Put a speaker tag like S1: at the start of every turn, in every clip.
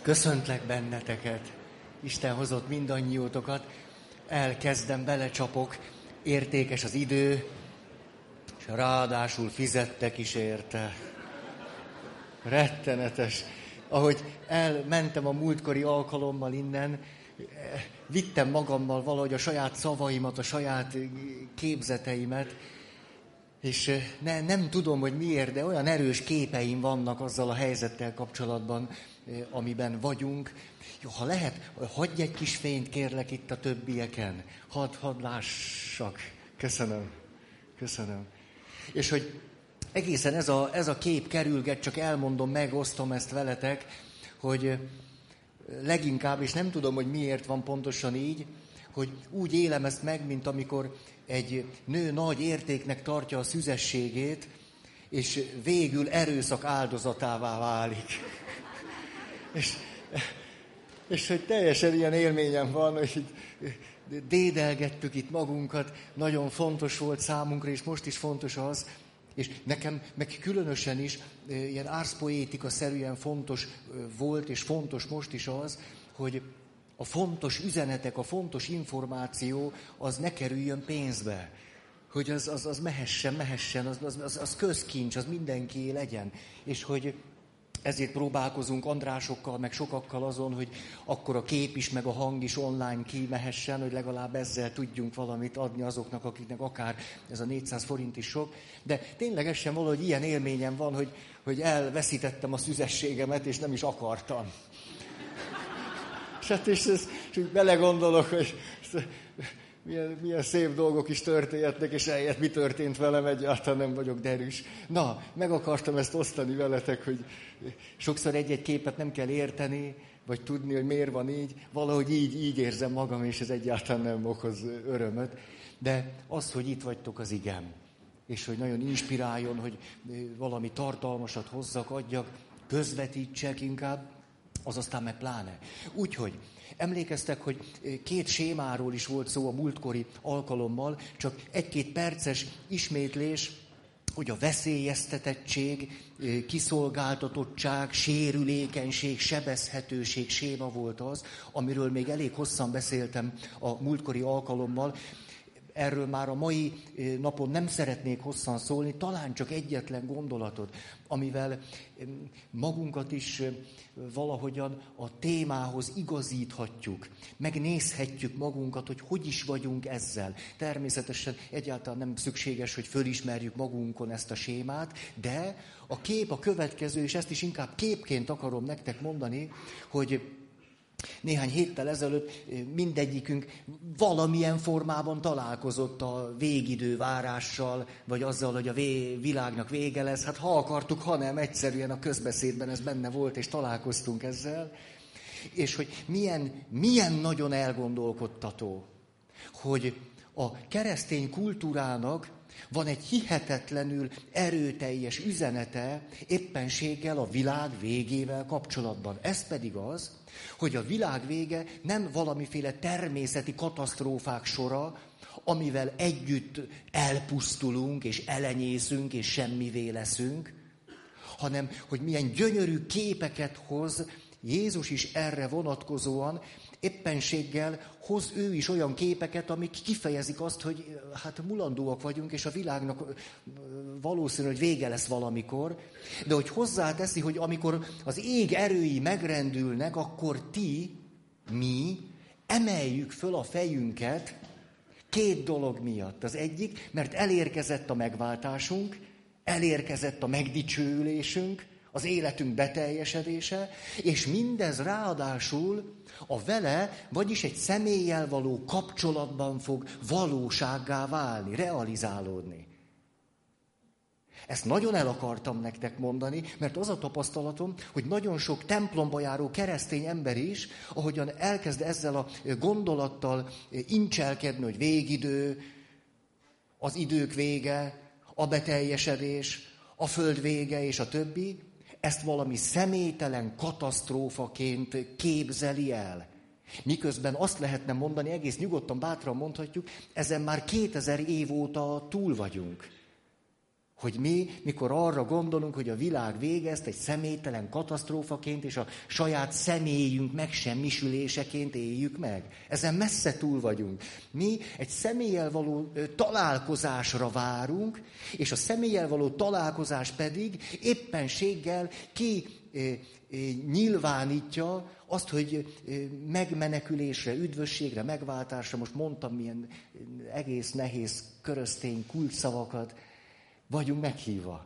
S1: Köszöntlek benneteket. Isten hozott mindannyiótokat. Elkezdem, belecsapok. Értékes az idő, és ráadásul fizettek is érte. Rettenetes. Ahogy elmentem a múltkori alkalommal innen, vittem magammal valahogy a saját szavaimat, a saját képzeteimet, és nem tudom, hogy miért, de olyan erős képeim vannak azzal a helyzettel kapcsolatban, amiben vagyunk. Jó, ha lehet, hagyj egy kis fényt, kérlek, itt a többieken. Hadd lássak. Köszönöm. És hogy egészen ez a kép kerülget, csak elmondom, megosztom ezt veletek, hogy leginkább, és nem tudom, hogy miért van pontosan így, hogy úgy élem ezt meg, mint amikor egy nő nagy értéknek tartja a szüzességét, és végül erőszak áldozatává válik. És hogy teljesen ilyen élményem van, hogy dédelgettük itt magunkat, nagyon fontos volt számunkra, és most is fontos az, és nekem meg különösen is ilyen árszpoétika-szerűen fontos volt, és fontos most is az, hogy a fontos üzenetek, a fontos információ, az ne kerüljön pénzbe. Hogy az mehessen, az közkincs, az mindenkié legyen. És hogy ezért próbálkozunk Andrásokkal, meg sokakkal azon, hogy akkor a kép is, meg a hang is online kimehessen, hogy legalább ezzel tudjunk valamit adni azoknak, akiknek akár ez a 400 forint is sok. De ténylegesen valahogy ilyen élményem van, hogy elveszítettem a szüzességemet, és nem is akartam. És úgy belegondolok, hogy milyen szép dolgok is történhetnek, és eljött, mi történt velem, egyáltalán nem vagyok derűs. Na, meg akartam ezt osztani veletek, hogy sokszor egy-egy képet nem kell érteni, vagy tudni, hogy miért van így. Valahogy így érzem magam, és ez egyáltalán nem okoz örömöt. De az, hogy itt vagytok, az igen. És hogy nagyon inspiráljon, hogy valami tartalmasat hozzak, adjak, közvetítsek inkább, az aztán meg pláne. Úgyhogy emlékeztek, hogy 2 sémáról is volt szó a múltkori alkalommal, csak 1-2 perces ismétlés, hogy a veszélyeztetettség, kiszolgáltatottság, sérülékenység, sebezhetőség séma volt az, amiről még elég hosszan beszéltem a múltkori alkalommal. Erről már a mai napon nem szeretnék hosszan szólni, talán csak egyetlen gondolatot, amivel magunkat is valahogyan a témához igazíthatjuk. Megnézhetjük magunkat, hogy is vagyunk ezzel. Természetesen egyáltalán nem szükséges, hogy fölismerjük magunkon ezt a sémát, de a kép a következő, és ezt is inkább képként akarom nektek mondani, hogy néhány héttel ezelőtt mindegyikünk valamilyen formában találkozott a végidő várással, vagy azzal, hogy a világnak vége lesz. Hát ha akartuk, ha nem, egyszerűen a közbeszédben ez benne volt, és találkoztunk ezzel. És hogy milyen nagyon elgondolkodtató, hogy a keresztény kultúrának van egy hihetetlenül erőteljes üzenete éppenséggel a világ végével kapcsolatban. Ez pedig az, hogy a világ vége nem valamiféle természeti katasztrófák sora, amivel együtt elpusztulunk, és elenyészünk, és semmivé leszünk, hanem hogy milyen gyönyörű képeket hoz Jézus is erre vonatkozóan, éppenséggel hoz ő is olyan képeket, amik kifejezik azt, hogy hát mulandóak vagyunk, és a világnak valószínű, hogy vége lesz valamikor, de hogy hozzáteszi, hogy amikor az ég erői megrendülnek, akkor mi emeljük föl a fejünket 2 dolog miatt. Az egyik, mert elérkezett a megváltásunk, elérkezett a megdicsőülésünk, az életünk beteljesedése, és mindez ráadásul a vele, vagyis egy személlyel való kapcsolatban fog valósággá válni, realizálódni. Ezt nagyon el akartam nektek mondani, mert az a tapasztalatom, hogy nagyon sok templomba járó keresztény ember is, ahogyan elkezd ezzel a gondolattal incselkedni, hogy végidő, az idők vége, a beteljesedés, a föld vége és a többi, ezt valami személytelen katasztrófaként képzeli el. Miközben azt lehetne mondani, egész nyugodtan, bátran mondhatjuk, ezen már 2000 év óta túl vagyunk. Hogy mi, mikor arra gondolunk, hogy a világ vége, ezt egy személytelen katasztrófaként és a saját személyünk megsemmisüléseként éljük meg. Ezen messze túl vagyunk. Mi egy személlyel való találkozásra várunk, és a személlyel való találkozás pedig éppenséggel nyilvánítja azt, hogy megmenekülésre, üdvösségre, megváltásra, most mondtam milyen egész nehéz köröztény kulcsszavakat, vagyunk meghívva.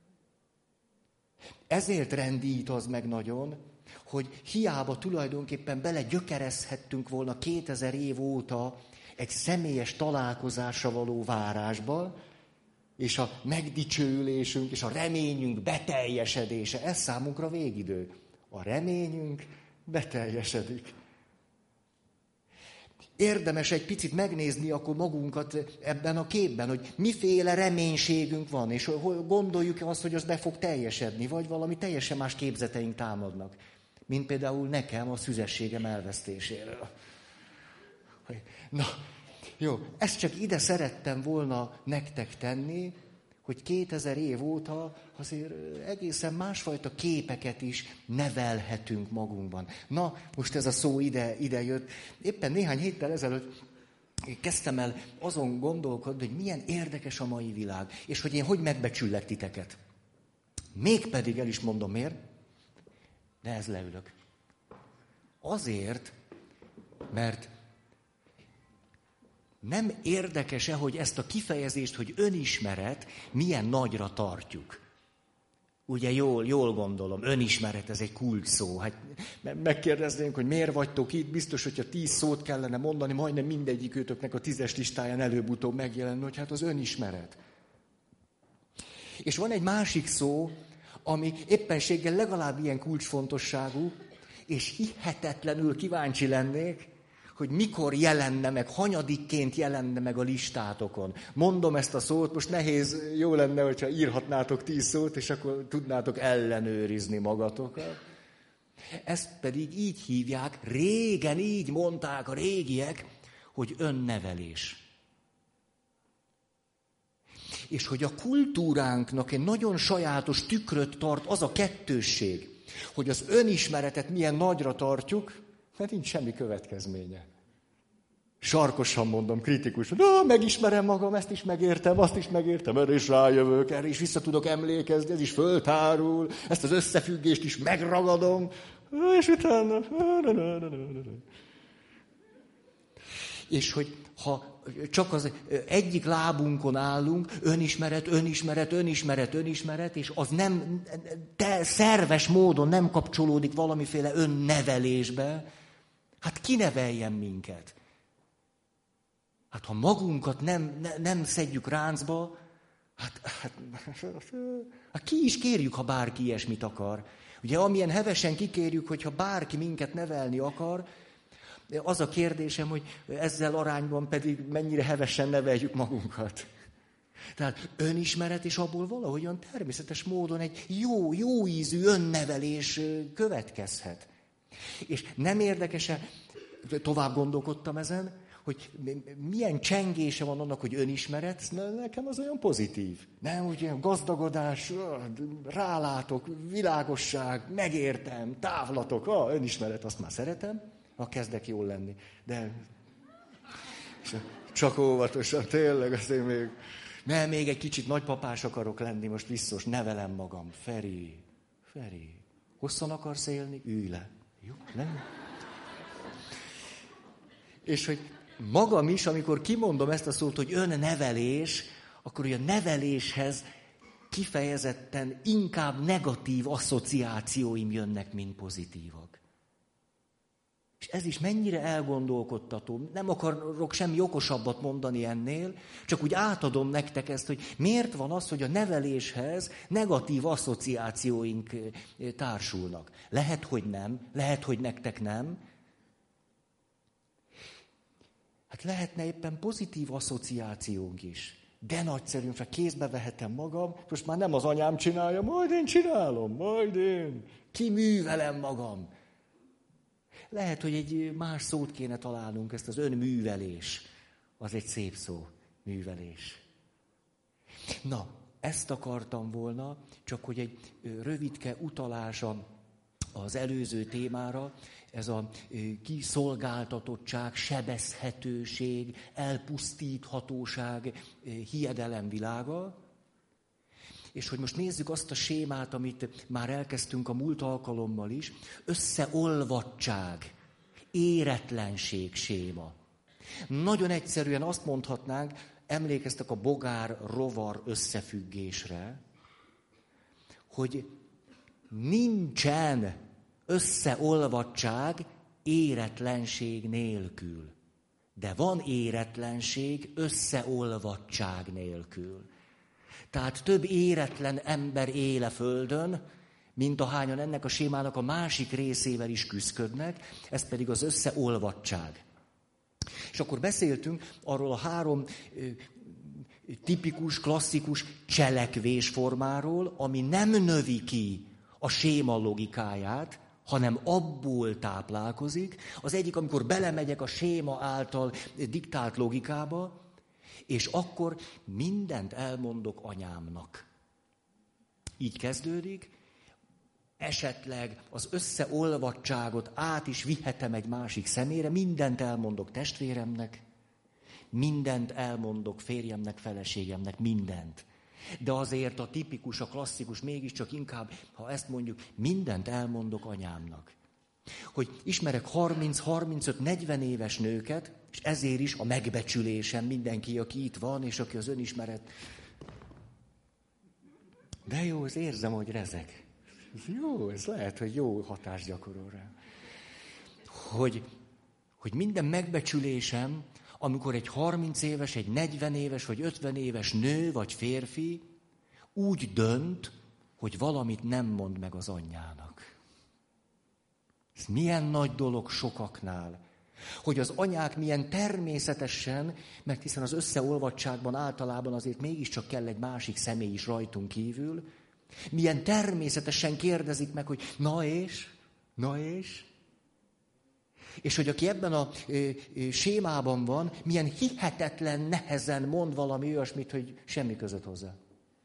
S1: Ezért rendít az meg nagyon, hogy hiába tulajdonképpen belegyökerezhettünk volna 2000 év óta egy személyes találkozásra való várásba, és a megdicsőülésünk és a reményünk beteljesedése, ez számunkra végidő. A reményünk beteljesedik. Érdemes egy picit megnézni akkor magunkat ebben a képben, hogy miféle reménységünk van, és gondoljuk azt, hogy az be fog teljesedni, vagy valami teljesen más képzeteink támadnak. Mint például nekem a szüzességem elvesztéséről. Na, jó, ezt csak ide szerettem volna nektek tenni, hogy 2000 év óta azért egészen másfajta képeket is nevelhetünk magunkban. Na, most ez a szó ide jött. Éppen néhány héttel ezelőtt kezdtem el azon gondolkodni, hogy milyen érdekes a mai világ, és hogy én hogy megbecsüllek titeket. Mégpedig el is mondom miért, de ez leülök. Azért, mert nem érdekes-e, hogy ezt a kifejezést, hogy önismeret, milyen nagyra tartjuk. Ugye jól gondolom, önismeret, ez egy kulcs szó. Hát megkérdeznénk, hogy miért vagytok itt, biztos, hogyha 10 szót kellene mondani, majdnem mindegyik őtöknek a 10-es listáján előbb-utóbb megjelenni, hogy hát az önismeret. És van egy másik szó, ami éppenséggel legalább ilyen kulcsfontosságú, és hihetetlenül kíváncsi lennék, hogy mikor jelenne meg, hanyadikként jelenne meg a listátokon. Mondom ezt a szót, most nehéz, jó lenne, hogyha írhatnátok 10 szót, és akkor tudnátok ellenőrizni magatokat. Ezt pedig így hívják, régen így mondták a régiek, hogy önnevelés. És hogy a kultúránknak egy nagyon sajátos tükröt tart az a kettősség, hogy az önismeretet milyen nagyra tartjuk, mert nincs semmi következménye. Sarkosan mondom, kritikusan, megismerem magam, ezt is megértem, azt is megértem, erre is rájövök, erre is vissza tudok emlékezni, ez is föltárul, ezt az összefüggést is megragadom, és utána... És hogy ha csak az egyik lábunkon állunk, önismeret, és az nem szerves módon nem kapcsolódik valamiféle önnevelésbe, hát ki neveljen minket? Hát ha magunkat nem szedjük ráncba, hát ki is kérjük, ha bárki ilyesmit akar. Ugye amilyen hevesen kikérjük, hogyha bárki minket nevelni akar, az a kérdésem, hogy ezzel arányban pedig mennyire hevesen neveljük magunkat. Tehát önismeret, és abból valahogyan természetes módon egy jó ízű önnevelés következhet. És nem érdekes-e, tovább gondolkodtam ezen, hogy milyen csengése van annak, hogy önismeret, nekem az olyan pozitív. Nem, ugye gazdagodás, rálátok, világosság, megértem, távlatok, önismeret, azt már szeretem, kezdek jól lenni. De csak óvatosan, tényleg, azért még egy kicsit nagypapás akarok lenni, most biztos, nevelem magam. Feri, hosszan akarsz élni? Ülj le. Jó, nem? És hogy magam is, amikor kimondom ezt a szót, hogy önnevelés, akkor ugye a neveléshez kifejezetten inkább negatív asszociációim jönnek, mint pozitívak. És ez is mennyire elgondolkodtató. Nem akarok semmi okosabbat mondani ennél, csak úgy átadom nektek ezt, hogy miért van az, hogy a neveléshez negatív asszociációink társulnak. Lehet, hogy nem, lehet, hogy nektek nem. Hát lehetne éppen pozitív asszociációnk is. De nagyszerűen, fel kézbe vehetem magam, most már nem az anyám csinálja, majd én csinálom, majd én kiművelem magam. Lehet, hogy egy más szót kéne találnunk, ezt az önművelés. Az egy szép szó, művelés. Na,
S2: ezt akartam volna, csak hogy egy rövidke utalása az előző témára, ez a kiszolgáltatottság, sebezhetőség, elpusztíthatóság, hiedelem világa. És hogy most nézzük azt a sémát, amit már elkezdtünk a múlt alkalommal is, összeolvadtság, éretlenség séma. Nagyon egyszerűen azt mondhatnánk, emlékeztek a bogár-rovar összefüggésre, hogy nincsen összeolvadtság éretlenség nélkül. De van éretlenség összeolvadtság nélkül. Tehát több éretlen ember él a földön, mint ahányan ennek a sémának a másik részével is küszködnek, ez pedig az összeolvadtság. És akkor beszéltünk arról a 3 tipikus, klasszikus cselekvésformáról, ami nem növi ki a séma logikáját, hanem abból táplálkozik. Az egyik, amikor belemegyek a séma által diktált logikába, és akkor mindent elmondok anyámnak. Így kezdődik, esetleg az összeolvadtságot át is vihetem egy másik személyre, mindent elmondok testvéremnek, mindent elmondok férjemnek, feleségemnek, mindent. De azért a tipikus, a klasszikus mégiscsak inkább, ha ezt mondjuk, mindent elmondok anyámnak. Hogy ismerek 30-35-40 éves nőket, és ezért is a megbecsülésem mindenki, aki itt van, és aki az önismeret. De jó, ezt érzem, hogy rezeg. Ez jó, ez lehet, hogy jó hatást gyakorol rá. Hogy minden megbecsülésem, amikor egy 30 éves, egy 40 éves, vagy 50 éves nő, vagy férfi úgy dönt, hogy valamit nem mond meg az anyjának. Ez milyen nagy dolog sokaknál. Hogy az anyák milyen természetesen, mert hiszen az összeolvadtságban általában azért mégiscsak kell egy másik személy is rajtunk kívül, milyen természetesen kérdezik meg, hogy na és? És hogy aki ebben a sémában van, milyen hihetetlen nehezen mond valami olyasmit, hogy semmi között hozzá.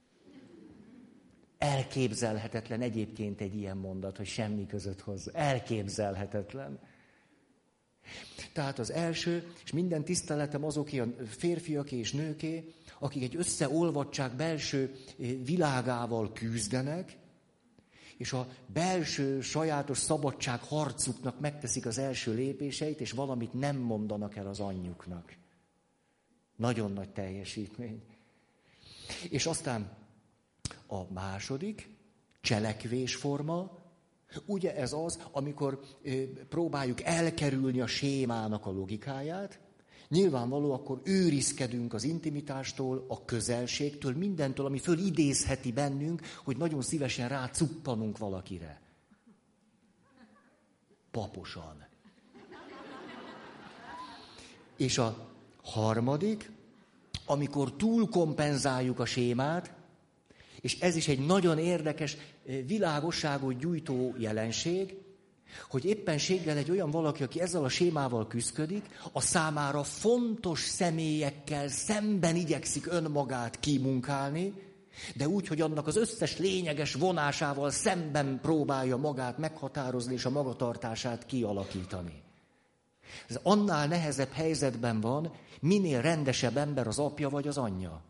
S2: Elképzelhetetlen egyébként egy ilyen mondat, hogy semmi között hozzá. Elképzelhetetlen. Tehát az első, és minden tiszteletem azoké a férfiaké és nőké, akik egy összeolvadtság belső világával küzdenek, és a belső sajátos szabadság harcuknak megteszik az első lépéseit, és valamit nem mondanak el az anyjuknak. Nagyon nagy teljesítmény. És aztán a második cselekvésforma, ugye ez az, amikor próbáljuk elkerülni a sémának a logikáját, nyilvánvaló, akkor őrizkedünk az intimitástól, a közelségtől, mindentől, ami fölidézheti bennünk, hogy nagyon szívesen rácuppanunk valakire. Paposan. És a harmadik, amikor túlkompenzáljuk a sémát, és ez is egy nagyon érdekes világosságot gyújtó jelenség, hogy éppenséggel egy olyan valaki, aki ezzel a sémával küszködik, a számára fontos személyekkel szemben igyekszik önmagát kimunkálni, de úgy, hogy annak az összes lényeges vonásával szemben próbálja magát meghatározni és a magatartását kialakítani. Ez annál nehezebb helyzetben van, minél rendesebb ember az apja vagy az anyja.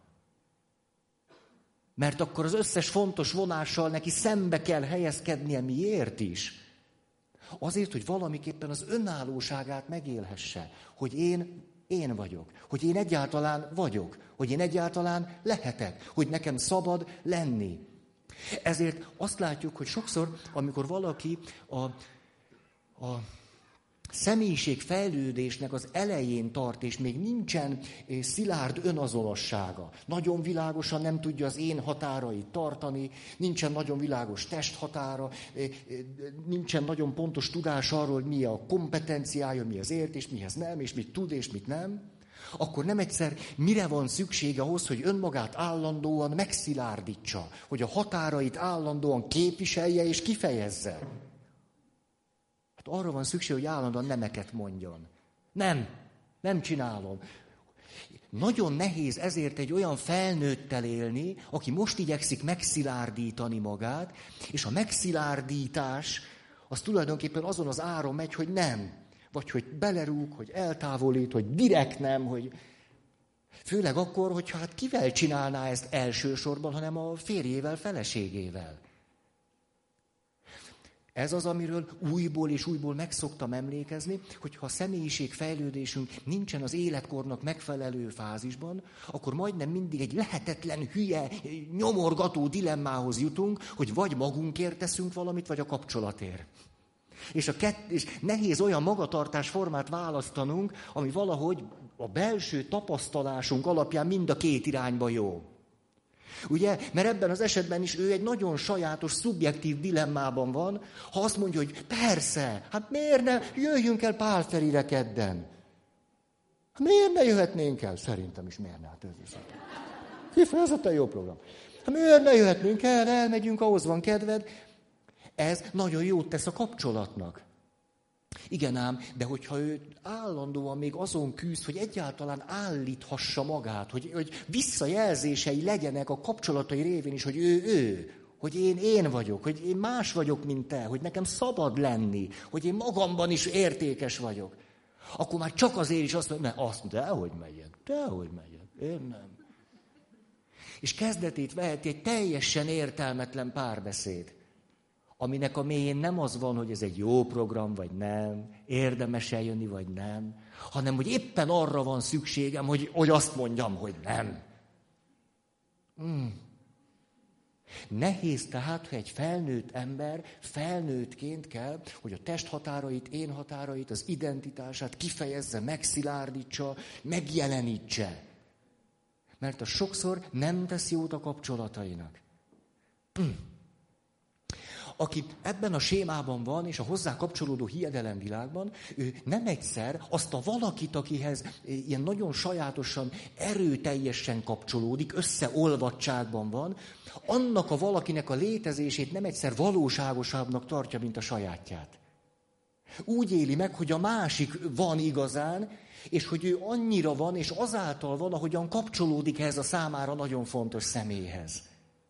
S2: Mert akkor az összes fontos vonással neki szembe kell helyezkednie, miért is? Azért, hogy valamiképpen az önállóságát megélhesse, hogy én vagyok, hogy én egyáltalán vagyok, hogy én egyáltalán lehetek, hogy nekem szabad lenni. Ezért azt látjuk, hogy sokszor, amikor valaki a személyiségfejlődésnek az elején tart, és még nincsen szilárd önazonossága. Nagyon világosan nem tudja az én határait tartani, nincsen nagyon világos testhatára, nincsen nagyon pontos tudás arról, hogy mi a kompetenciája, mi az ért, és mihez nem, és mit tud, és mit nem. Akkor nem egyszer mire van szüksége ahhoz, hogy önmagát állandóan megszilárdítsa, hogy a határait állandóan képviselje és kifejezze. Hát arra van szükség, hogy állandóan nemeket mondjon. Nem csinálom. nagyon nehéz ezért egy olyan felnőttel élni, aki most igyekszik megszilárdítani magát, és a megszilárdítás az tulajdonképpen azon az áron megy, hogy nem. Vagy hogy belerúg, hogy eltávolít, hogy direkt nem, hogy... Főleg akkor, hogyha hát kivel csinálná ezt elsősorban, hanem a férjével, feleségével. Ez az, amiről újból és újból meg szoktam emlékezni, hogy ha a személyiségfejlődésünk nincsen az életkornak megfelelő fázisban, akkor majdnem mindig egy lehetetlen, hülye, nyomorgató dilemmához jutunk, hogy vagy magunkért teszünk valamit, vagy a kapcsolatért. És nehéz olyan magatartásformát választanunk, ami valahogy a belső tapasztalásunk alapján mind a két irányba jó. Ugye? Mert ebben az esetben is ő egy nagyon sajátos, szubjektív dilemmában van, ha azt mondja, hogy persze, hát miért ne, jöjjünk el Pálferire kedden. Miért ne jöhetnénk el? Szerintem is miért ne? Hát ez kifejezetten jó program. Hát miért ne jöhetnénk el, elmegyünk, ahhoz van kedved. Ez nagyon jót tesz a kapcsolatnak. Igen ám, de hogyha ő állandóan még azon küzd, hogy egyáltalán állíthassa magát, hogy visszajelzései legyenek a kapcsolatai révén is, hogy ő, hogy én vagyok, hogy én más vagyok, mint te, hogy nekem szabad lenni, hogy én magamban is értékes vagyok, akkor már csak azért is azt mondja, dehogy megyek, én nem. És kezdetét veheti egy teljesen értelmetlen párbeszéd, aminek a mélyén nem az van, hogy ez egy jó program, vagy nem, érdemes eljönni, vagy nem, hanem hogy éppen arra van szükségem, hogy azt mondjam, hogy nem. Nehéz tehát, hogy egy felnőtt ember felnőttként kell, hogy a testhatárait, én határait, az identitását kifejezze, megszilárdítsa, megjelenítse. Mert az sokszor nem tesz jót a kapcsolatainak. Aki ebben a sémában van, és a hozzá kapcsolódó hiedelemvilágban, ő nem egyszer azt a valakit, akihez ilyen nagyon sajátosan, erőteljesen kapcsolódik, összeolvadtságban van, annak a valakinek a létezését nem egyszer valóságosabbnak tartja, mint a sajátját. Úgy éli meg, hogy a másik van igazán, és hogy ő annyira van, és azáltal van, ahogyan kapcsolódik ehhez a számára nagyon fontos személyhez.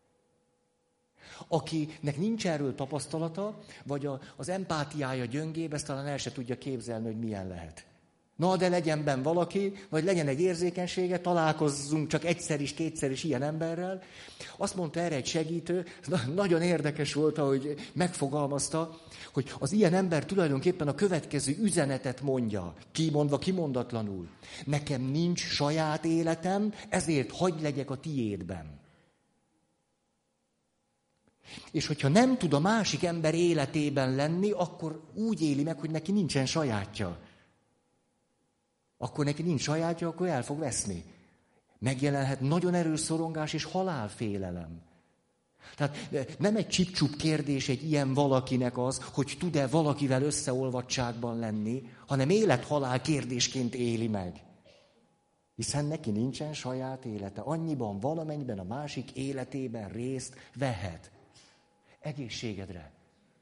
S2: Akinek nincs erről tapasztalata, vagy az empátiája gyöngébb, ezt talán el se tudja képzelni, hogy milyen lehet. Na, de legyen benn valaki, vagy legyen egy érzékenysége, találkozzunk csak egyszer is, kétszer is ilyen emberrel. Azt mondta erre egy segítő, nagyon érdekes volt, ahogy megfogalmazta, hogy az ilyen ember tulajdonképpen a következő üzenetet mondja, kimondva, kimondatlanul. Nekem nincs saját életem, ezért hadd legyek a tiédben. És hogyha nem tud a másik ember életében lenni, akkor úgy éli meg, hogy neki nincsen sajátja. Akkor neki nincs sajátja, akkor el fog veszni. Megjelenhet nagyon erős szorongás és halálfélelem. Tehát nem egy csip-csup kérdés egy ilyen valakinek az, hogy tud-e valakivel összeolvadtságban lenni, hanem élet-halál kérdésként éli meg. Hiszen neki nincsen saját élete. Annyiban van, amennyiben a másik életében részt vehet. Egészségedre.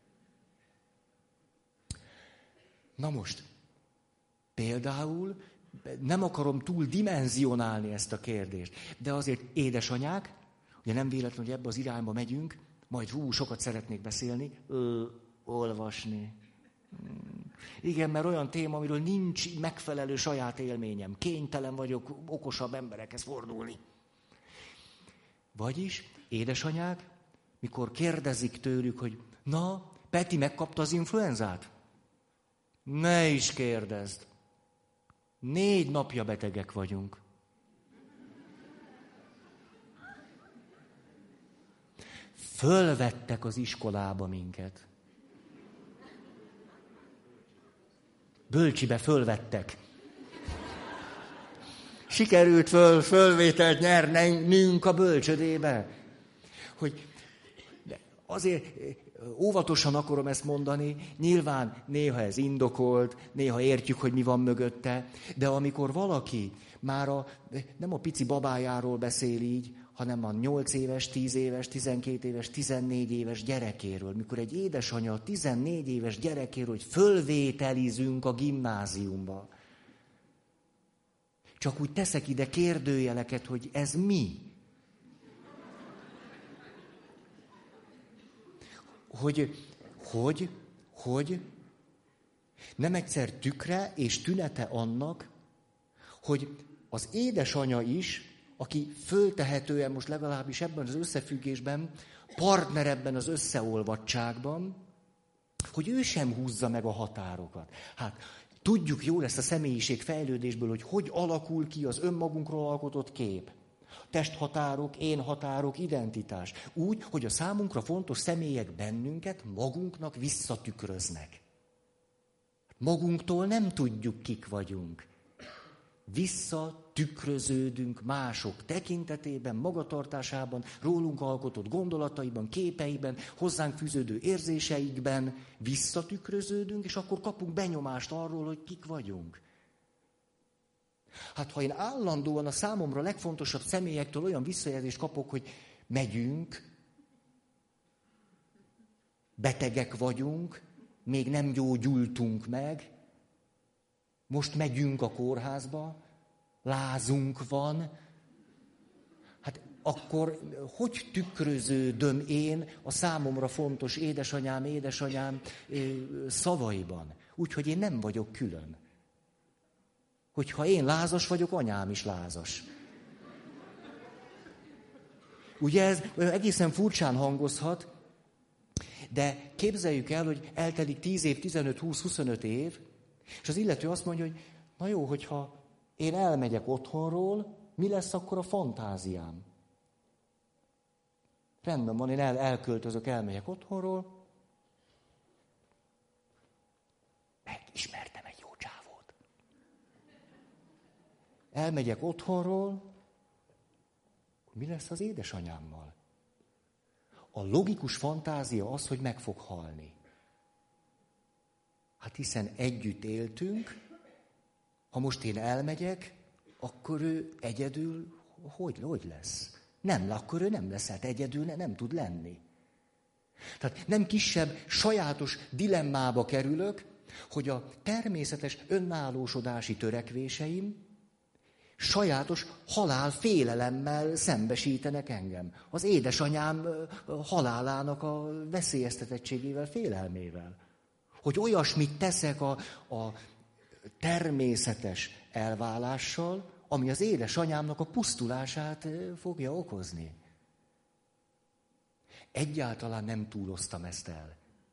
S2: Na most, például nem akarom túl dimenzionálni ezt a kérdést, de azért édesanyák, ugye nem véletlen, hogy ebbe az irányba megyünk, majd sokat szeretnék beszélni, olvasni. Igen, mert olyan téma, amiről nincs megfelelő saját élményem. Kénytelen vagyok okosabb emberekhez fordulni. Vagyis, édesanyák, mikor kérdezik tőlük, hogy na, Peti megkapta az influenzát? Ne is kérdezd. 4 napja betegek vagyunk. Fölvettek az iskolába minket. Bölcsibe fölvettek. Sikerült fölvételt nyernünk a bölcsödébe. Hogy azért óvatosan akarom ezt mondani, nyilván néha ez indokolt, néha értjük, hogy mi van mögötte, de amikor valaki már nem a pici babájáról beszél így, hanem a 8 éves, 10 éves, 12 éves, 14 éves gyerekéről, mikor egy édesanya a 14 éves gyerekéről, hogy fölvételizünk a gimnáziumba. Csak úgy teszek ide kérdőjeleket, hogy ez mi? Hogy nem egyszer tükre és tünete annak, hogy az édesanya is, aki föltehetően most legalábbis ebben az összefüggésben, partner ebben az összeolvadtságban, hogy ő sem húzza meg a határokat. Hát tudjuk jól ezt a személyiség fejlődésből, hogy alakul ki az önmagunkról alkotott kép. Testhatárok, én határok, identitás. Úgy, hogy a számunkra fontos személyek bennünket magunknak visszatükröznek. Magunktól nem tudjuk, kik vagyunk. Visszatükröződünk mások tekintetében, magatartásában, rólunk alkotott gondolataiban, képeiben, hozzánk fűződő érzéseikben visszatükröződünk, és akkor kapunk benyomást arról, hogy kik vagyunk. Hát ha én állandóan a számomra legfontosabb személyektől olyan visszajelzést kapok, hogy megyünk, betegek vagyunk, még nem gyógyultunk meg, most megyünk a kórházba, lázunk van, hát akkor hogy tükröződöm én a számomra fontos édesanyám szavaiban? Úgyhogy én nem vagyok külön. Hogyha én lázas vagyok, anyám is lázas. Ugye ez egészen furcsán hangozhat, de képzeljük el, hogy eltelik 10 év, 15, 20, 25 év, és az illető azt mondja, hogy na jó, hogyha én elmegyek otthonról, mi lesz akkor a fantáziám? Rendben van, én elköltözök, elmegyek otthonról, megismertem egy jó csávót. Elmegyek otthonról, mi lesz az édesanyámmal? A logikus fantázia az, hogy meg fog halni. Hát hiszen együtt éltünk, ha most én elmegyek, akkor ő egyedül hogy lesz? Nem, akkor ő nem lesz, hát egyedül nem tud lenni. Tehát nem kisebb, sajátos dilemmába kerülök, hogy a természetes önállósodási törekvéseim sajátos halálfélelemmel szembesítenek engem. Az édesanyám halálának a veszélyeztetettségével, félelmével. Hogy olyasmit teszek a természetes elválással, ami az édesanyámnak a pusztulását fogja okozni. Egyáltalán nem túloztam ezt el.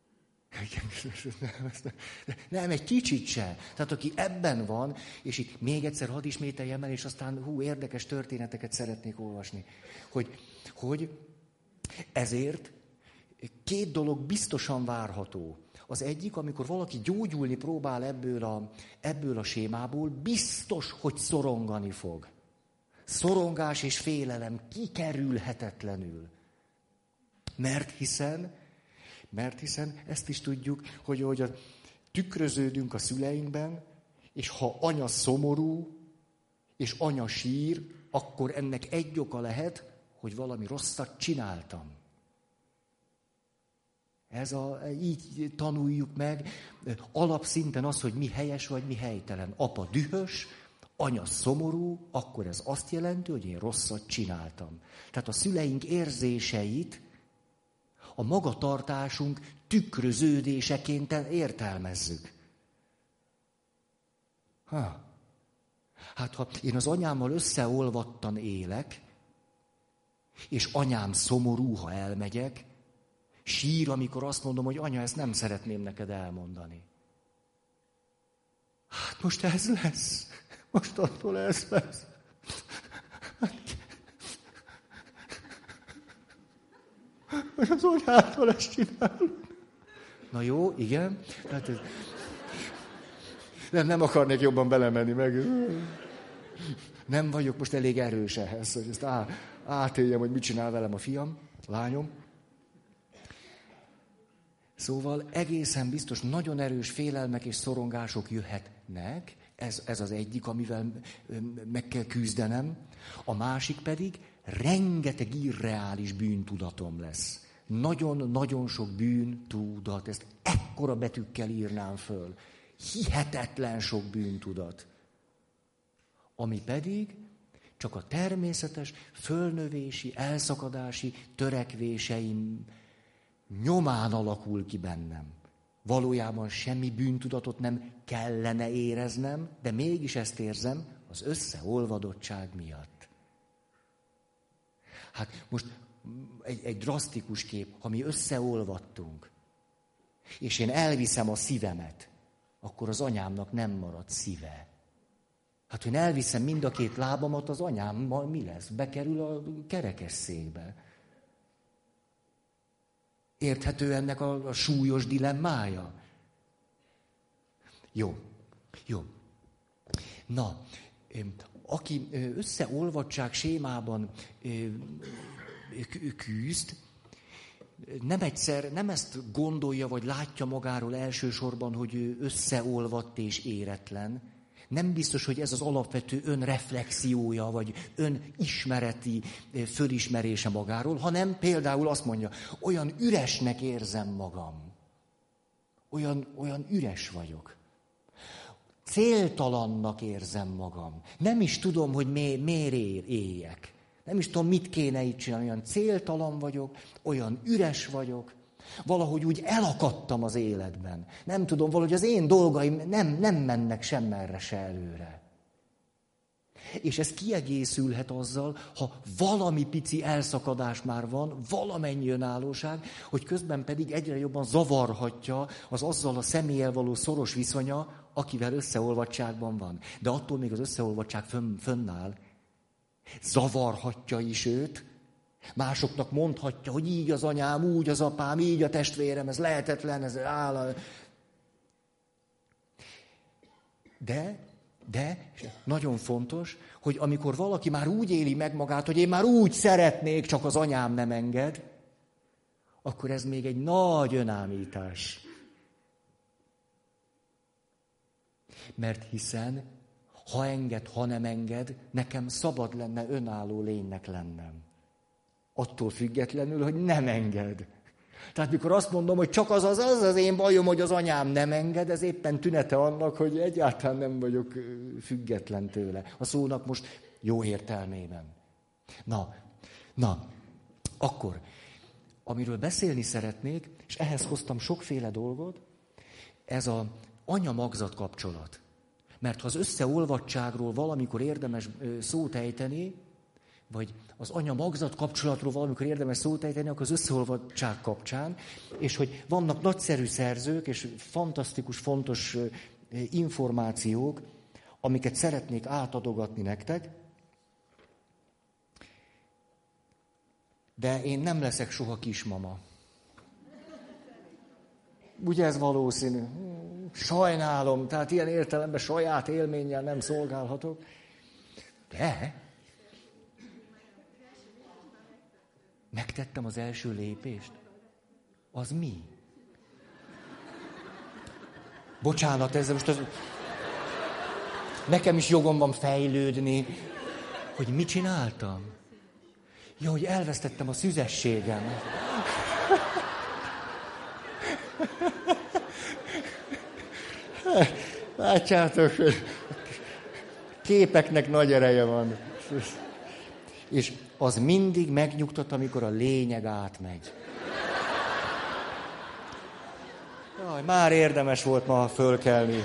S2: Nem, egy kicsit se. Tehát aki ebben van, és itt még egyszer hadd ismételjem el, és aztán érdekes történeteket szeretnék olvasni. Hogy ezért 2 dolog biztosan várható. Az egyik, amikor valaki gyógyulni próbál ebből a sémából, biztos, hogy szorongani fog. Szorongás és félelem kikerülhetetlenül. Mert hiszen ezt is tudjuk, hogy tükröződünk a szüleinkben, és ha anya szomorú, és anya sír, akkor ennek egy oka lehet, hogy valami rosszat csináltam. Így tanuljuk meg alapszinten az, hogy mi helyes vagy mi helytelen. Apa dühös, anya szomorú, akkor ez azt jelenti, hogy én rosszat csináltam. Tehát a szüleink érzéseit a magatartásunk tükröződéseként értelmezzük. Hát ha én az anyámmal összeolvadtan élek, és anyám szomorú, ha elmegyek, sír, amikor azt mondom, hogy anya, ezt nem szeretném neked elmondani. Hát most ez lesz. Most attól ez lesz. Hogy az anyától ezt csinálunk. Na jó, igen. Hát ez... Nem akarnék jobban belemenni meg. Nem vagyok most elég erős ehhez, hogy ezt átéljem, hogy mit csinál velem a fiam, a lányom. Szóval egészen biztos nagyon erős félelmek és szorongások jöhetnek. Ez az egyik, amivel meg kell küzdenem. A másik pedig rengeteg irreális bűntudatom lesz. Nagyon-nagyon sok bűntudat. Ezt ekkora betűkkel írnám föl. Hihetetlen sok bűntudat. ami pedig csak a természetes fölnövési, elszakadási törekvéseim nyomán alakul ki bennem. Valójában semmi bűntudatot nem kellene éreznem, de mégis ezt érzem az összeolvadottság miatt. Hát most egy drasztikus kép, ha mi összeolvadtunk, és én elviszem a szívemet, akkor az anyámnak nem marad szíve. Hát, hogy elviszem mind a két lábamat, az anyámmal mi lesz? Bekerül a kerekesszékbe. Érthető ennek a súlyos dilemmája? Jó. Na, aki összeolvadtság sémában küzd, nem ezt gondolja, vagy látja magáról elsősorban, hogy ő összeolvadt és éretlen. Nem biztos, hogy ez az alapvető önreflexiója, vagy önismereti fölismerése magáról, hanem például azt mondja, olyan üresnek érzem magam. Olyan üres vagyok. Céltalannak érzem magam. Nem is tudom, hogy miért éljek. Nem is tudom, mit kéne itt csinálni. Olyan céltalan vagyok, olyan üres vagyok. Valahogy úgy elakadtam az életben. Nem tudom, valahogy az én dolgaim nem mennek semmerre se előre. És ez kiegészülhet azzal, ha valami pici elszakadás már van, valamennyi önállóság, hogy közben pedig egyre jobban zavarhatja az azzal a személlyel való szoros viszonya, akivel összeolvadtságban van. De attól még az összeolvadtság fönnáll. Zavarhatja is őt, másoknak mondhatja, hogy így az anyám, úgy az apám, így a testvérem, ez lehetetlen, ez áll. De nagyon fontos, hogy amikor valaki már úgy éli meg magát, hogy én már úgy szeretnék, csak az anyám nem enged, akkor ez még egy nagy önállítás. Mert hiszen, ha enged, ha nem enged, nekem szabad lenne önálló lénynek lennem. Attól függetlenül, hogy nem enged. Tehát mikor azt mondom, hogy csak az én bajom, hogy az anyám nem enged, ez éppen tünete annak, hogy egyáltalán nem vagyok független tőle. A szónak most jó értelmében. Na, akkor, amiről beszélni szeretnék, és ehhez hoztam sokféle dolgot, ez az anya-magzat kapcsolat. Mert ha az összeolvadtságról valamikor érdemes szót ejteni, vagy az anya-magzat kapcsolatról valamikor érdemes szót ejteni, akkor az összeolvadtság kapcsán, és hogy vannak nagyszerű szerzők, és fantasztikus, fontos információk, amiket szeretnék átadogatni nektek, de én nem leszek soha kismama. Ugye ez valószínű? Sajnálom, tehát ilyen értelemben saját élménnyel nem szolgálhatok. De megtettem az első lépést. Az mi? Bocsánat, ezzel most nekem is jogom van fejlődni. Hogy mit csináltam? Ja, hogy elvesztettem a szüzességem. Látjátok, képeknek nagy ereje van. És az mindig megnyugtat, amikor a lényeg átmegy. Jaj, már érdemes volt ma fölkelni.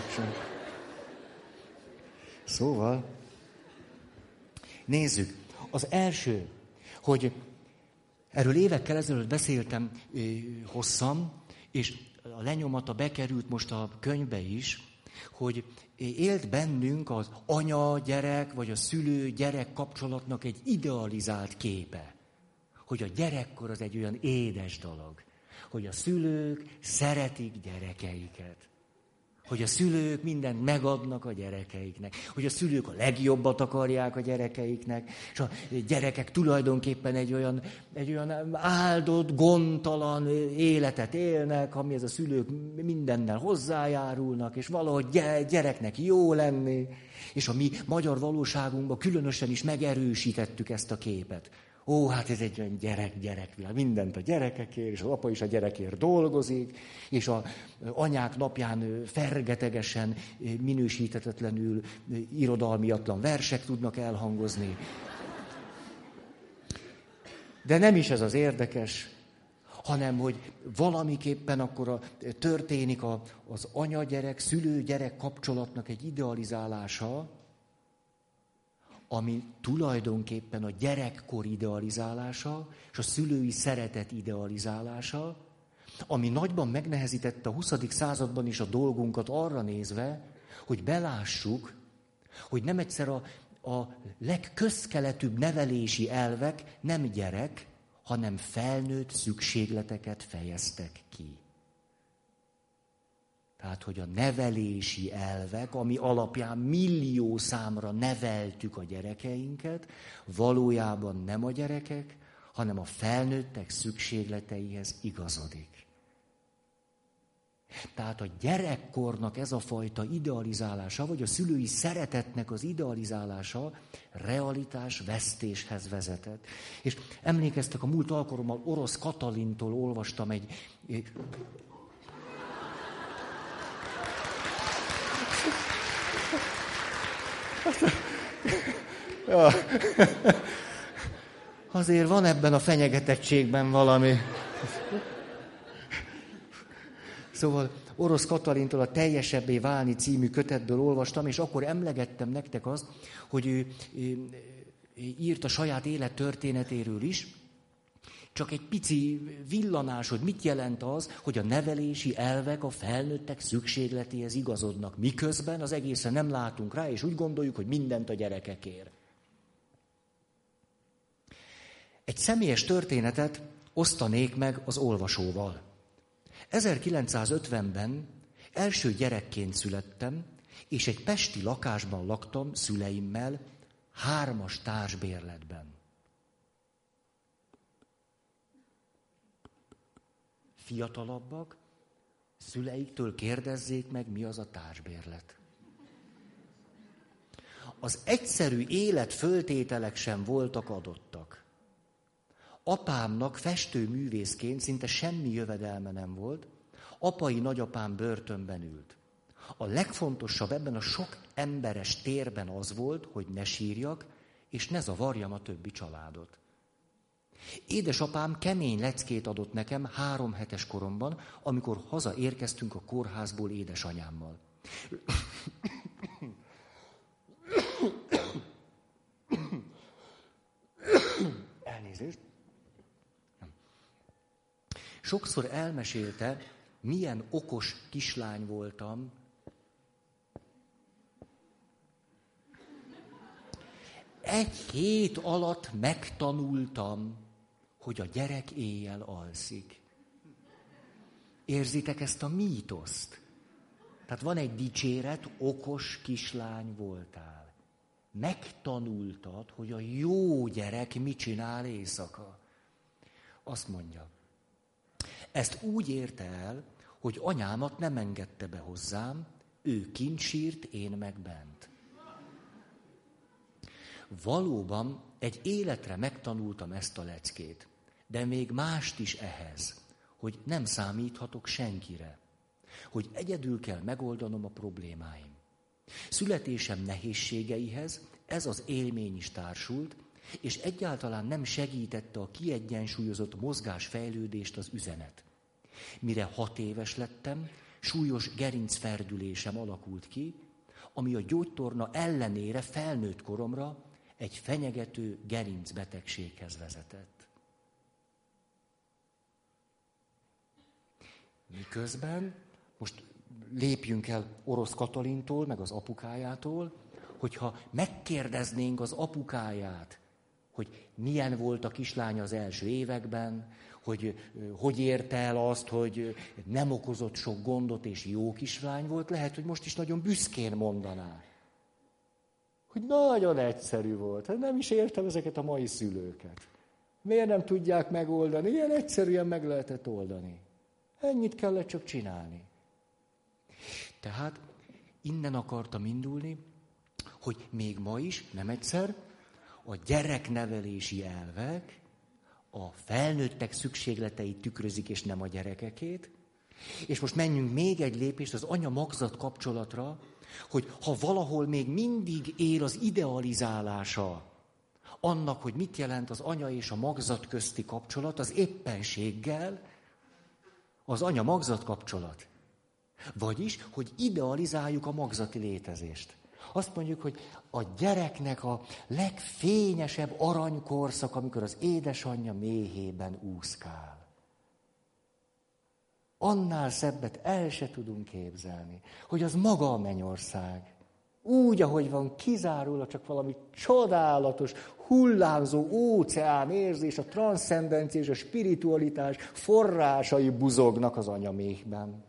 S2: Szóval, nézzük. Az első, hogy erről évekkel ezelőtt beszéltem hosszan, és a lenyomata bekerült most a könyvbe is, hogy élt bennünk az anya-gyerek, vagy a szülő-gyerek kapcsolatnak egy idealizált képe. Hogy a gyerekkor az egy olyan édes dolog. Hogy a szülők szeretik gyerekeiket. Hogy a szülők mindent megadnak a gyerekeiknek. Hogy a szülők a legjobbat akarják a gyerekeiknek. És a gyerekek tulajdonképpen egy olyan áldott, gondtalan életet élnek, amihez a szülők mindennel hozzájárulnak, és valahogy gyereknek jó lenni. És a mi magyar valóságunkban különösen is megerősítettük ezt a képet. Ó, hát ez egy olyan gyerekvilág, mindent a gyerekekért, és az apa is a gyerekért dolgozik, és az anyák napján fergetegesen, minősíthetetlenül irodalmiatlan versek tudnak elhangozni. De nem is ez az érdekes, hanem hogy valamiképpen akkor történik az anya-gyerek, szülő-gyerek kapcsolatnak egy idealizálása, ami tulajdonképpen a gyerekkor idealizálása, és a szülői szeretet idealizálása, ami nagyban megnehezítette a 20. században is a dolgunkat arra nézve, hogy belássuk, hogy nem egyszer a legközkeletűbb nevelési elvek nem gyerek, hanem felnőtt szükségleteket fejeztek ki. Tehát, hogy a nevelési elvek, ami alapján millió számra neveltük a gyerekeinket, valójában nem a gyerekek, hanem a felnőttek szükségleteihez igazodik. Tehát a gyerekkornak ez a fajta idealizálása, vagy a szülői szeretetnek az idealizálása realitás vesztéshez vezetett. És emlékeztek, a múlt alkalommal Orosz Katalintól olvastam egy... Ja. Azért van ebben a fenyegetettségben valami. Szóval Orosz Katalintól a Teljesebbé válni című kötetből olvastam, és akkor emlegettem nektek azt, hogy ő írt a saját élettörténetéről is, csak egy pici villanás, hogy mit jelent az, hogy a nevelési elvek a felnőttek szükségletéhez igazodnak, miközben az egészen nem látunk rá, és úgy gondoljuk, hogy mindent a gyerekekért. Egy személyes történetet osztanék meg az olvasóval. 1950-ben első gyerekként születtem, és egy pesti lakásban laktam szüleimmel, 3-as társbérletben. Fiatalabbak, szüleiktől kérdezzék meg, mi az a társbérlet. Az egyszerű életföltételek sem voltak adottak. Apámnak festőművészként szinte semmi jövedelme nem volt, apai nagyapám börtönben ült. A legfontosabb ebben a sok emberes térben az volt, hogy ne sírjak, és ne zavarjam a többi családot. Édesapám kemény leckét adott nekem 3 hetes koromban, amikor hazaérkeztünk a kórházból édesanyámmal. Elnézést. Sokszor elmesélte, milyen okos kislány voltam. Egy hét alatt megtanultam, hogy a gyerek éjjel alszik. Érzitek ezt a mítoszt? Tehát van egy dicséret, okos kislány voltál. Megtanultad, hogy a jó gyerek mit csinál éjszaka. Azt mondja. Ezt úgy érte el, hogy anyámat nem engedte be hozzám, ő kint sírt, én meg bent. Valóban egy életre megtanultam ezt a leckét, de még mást is ehhez, hogy nem számíthatok senkire, hogy egyedül kell megoldanom a problémáim. Születésem nehézségeihez ez az élmény is társult, és egyáltalán nem segítette a kiegyensúlyozott mozgásfejlődést az üzenet. Mire 6 éves lettem, súlyos gerincferdülésem alakult ki, ami a gyógytorna ellenére felnőtt koromra egy fenyegető gerincbetegséghez vezetett. Miközben, most lépjünk el Orosz Katalintól, meg az apukájától, hogyha megkérdeznénk az apukáját, hogy milyen volt a kislány az első években, hogy érte el azt, hogy nem okozott sok gondot, és jó kislány volt, lehet, hogy most is nagyon büszkén mondaná. Hogy nagyon egyszerű volt. Hát nem is értem ezeket a mai szülőket. Miért nem tudják megoldani? Ilyen egyszerűen meg lehetett oldani. Ennyit kellett csak csinálni. Tehát innen akartam indulni, hogy még ma is, nem egyszer, a gyereknevelési elvek a felnőttek szükségleteit tükrözik, és nem a gyerekekét. És most menjünk még egy lépést az anya-magzat kapcsolatra, hogy ha valahol még mindig él az idealizálása annak, hogy mit jelent az anya és a magzat közti kapcsolat, az éppenséggel az anya-magzat kapcsolat. Vagyis, hogy idealizáljuk a magzati létezést. Azt mondjuk, hogy a gyereknek a legfényesebb aranykorszak, amikor az édesanyja méhében úszkál. Annál szebbet el se tudunk képzelni, hogy az maga a mennyország. Úgy, ahogy van, kizárólag csak valami csodálatos, hullámzó óceán érzés, a transzcendencia és a spiritualitás forrásai buzognak az anyaméhben.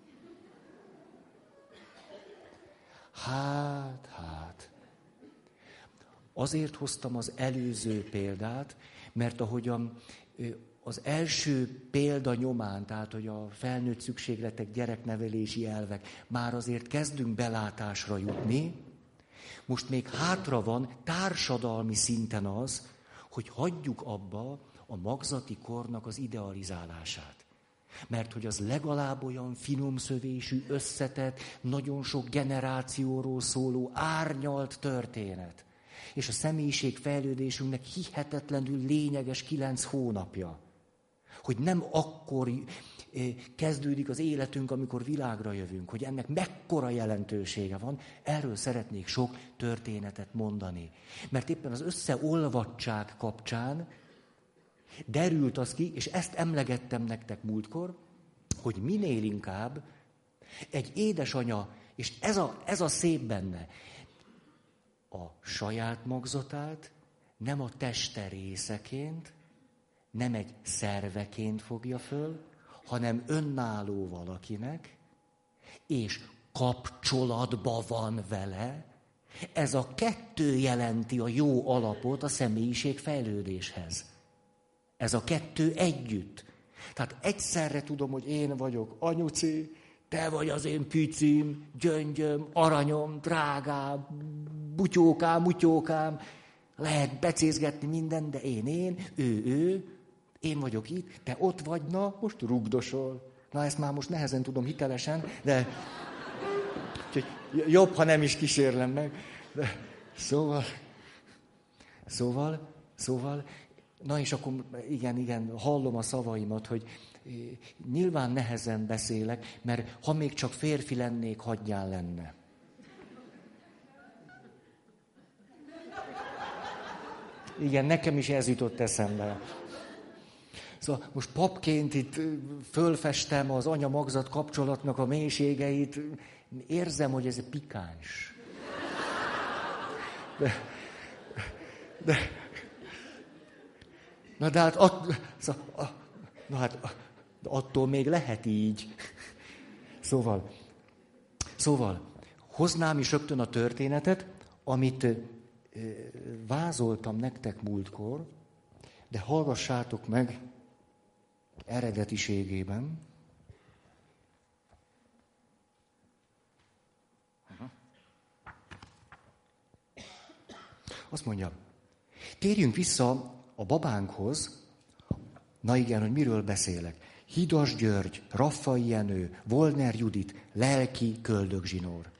S2: Hát. Azért hoztam az előző példát, mert ahogyan az első példa nyomán, tehát hogy a felnőtt szükségletek, gyereknevelési elvek, már azért kezdünk belátásra jutni, most még hátra van társadalmi szinten az, hogy hagyjuk abba a magzati kornak az idealizálását. Mert hogy az legalább olyan finomszövésű, összetett, nagyon sok generációról szóló, árnyalt történet. És a személyiségfejlődésünknek hihetetlenül lényeges 9 hónapja. Hogy nem akkor kezdődik az életünk, amikor világra jövünk, hogy ennek mekkora jelentősége van, erről szeretnék sok történetet mondani. Mert éppen az összeolvadtság kapcsán derült az ki, és ezt emlegettem nektek múltkor, hogy minél inkább egy édesanya, és ez a szép benne, a saját magzatát nem a teste részeként, nem egy szerveként fogja föl, hanem önálló valakinek, és kapcsolatban van vele. Ez a kettő jelenti a jó alapot a személyiségfejlődéshez. Ez a kettő együtt. Tehát egyszerre tudom, hogy én vagyok anyuci, te vagy az én picim, gyöngyöm, aranyom, drágám, butyókám, mutyókám. Lehet becézgetni minden, de én, ő, én vagyok itt, te ott vagy, na, most rugdosol. Na, ezt már most nehezen tudom hitelesen, de jobb, ha nem is kísérlem meg. De, szóval, na és akkor igen, hallom a szavaimat, hogy nyilván nehezen beszélek, mert ha még csak férfi lennék, hagyjál lenne. Igen, nekem is ez jutott eszembe. Szóval most papként itt fölfestem az anya-magzat kapcsolatnak a mélységeit, érzem, hogy ez pikáns. De hát attól még lehet így. Szóval hoznám is rögtön a történetet, amit vázoltam nektek múltkor, de hallgassátok meg eredetiségében. Azt mondja, térjünk vissza a babánkhoz. Na igen, hogy miről beszélek. Hidas György, Raffai Jenő, Volner Judit, lelki köldögzsinór.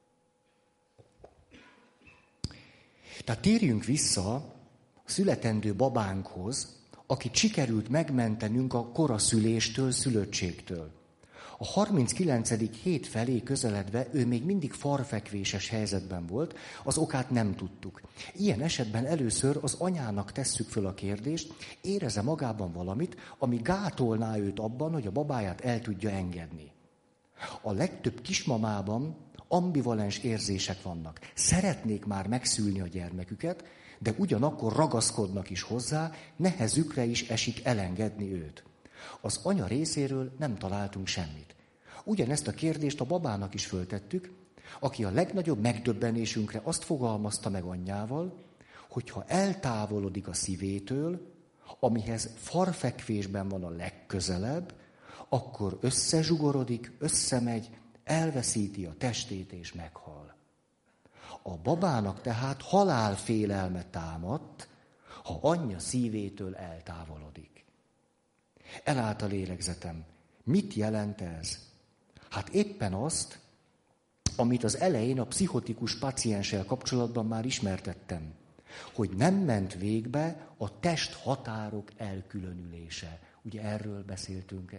S2: Tehát térjünk vissza a születendő babánkhoz, akit sikerült megmentenünk a koraszüléstől, szülöttségtől. A 39. hét felé közeledve ő még mindig farfekvéses helyzetben volt, az okát nem tudtuk. Ilyen esetben először az anyának tesszük föl a kérdést, érez-e magában valamit, ami gátolná őt abban, hogy a babáját el tudja engedni. A legtöbb kismamában ambivalens érzések vannak. Szeretnék már megszülni a gyermeküket, de ugyanakkor ragaszkodnak is hozzá, nehezükre is esik elengedni őt. Az anya részéről nem találtunk semmit. Ugyanezt a kérdést a babának is föltettük, aki a legnagyobb megdöbbenésünkre azt fogalmazta meg anyjával, hogy ha eltávolodik a szívétől, amihez farfekvésben van a legközelebb, akkor összezsugorodik, összemegy, elveszíti a testét és meghal. A babának tehát halálfélelme támadt, ha anyja szívétől eltávolodik. Elállt a lélegzetem. Mit jelent ez? Hát éppen azt, amit az elején a pszichotikus pácienssel kapcsolatban már ismertettem, hogy nem ment végbe a testhatárok elkülönülése. Ugye erről beszéltünk.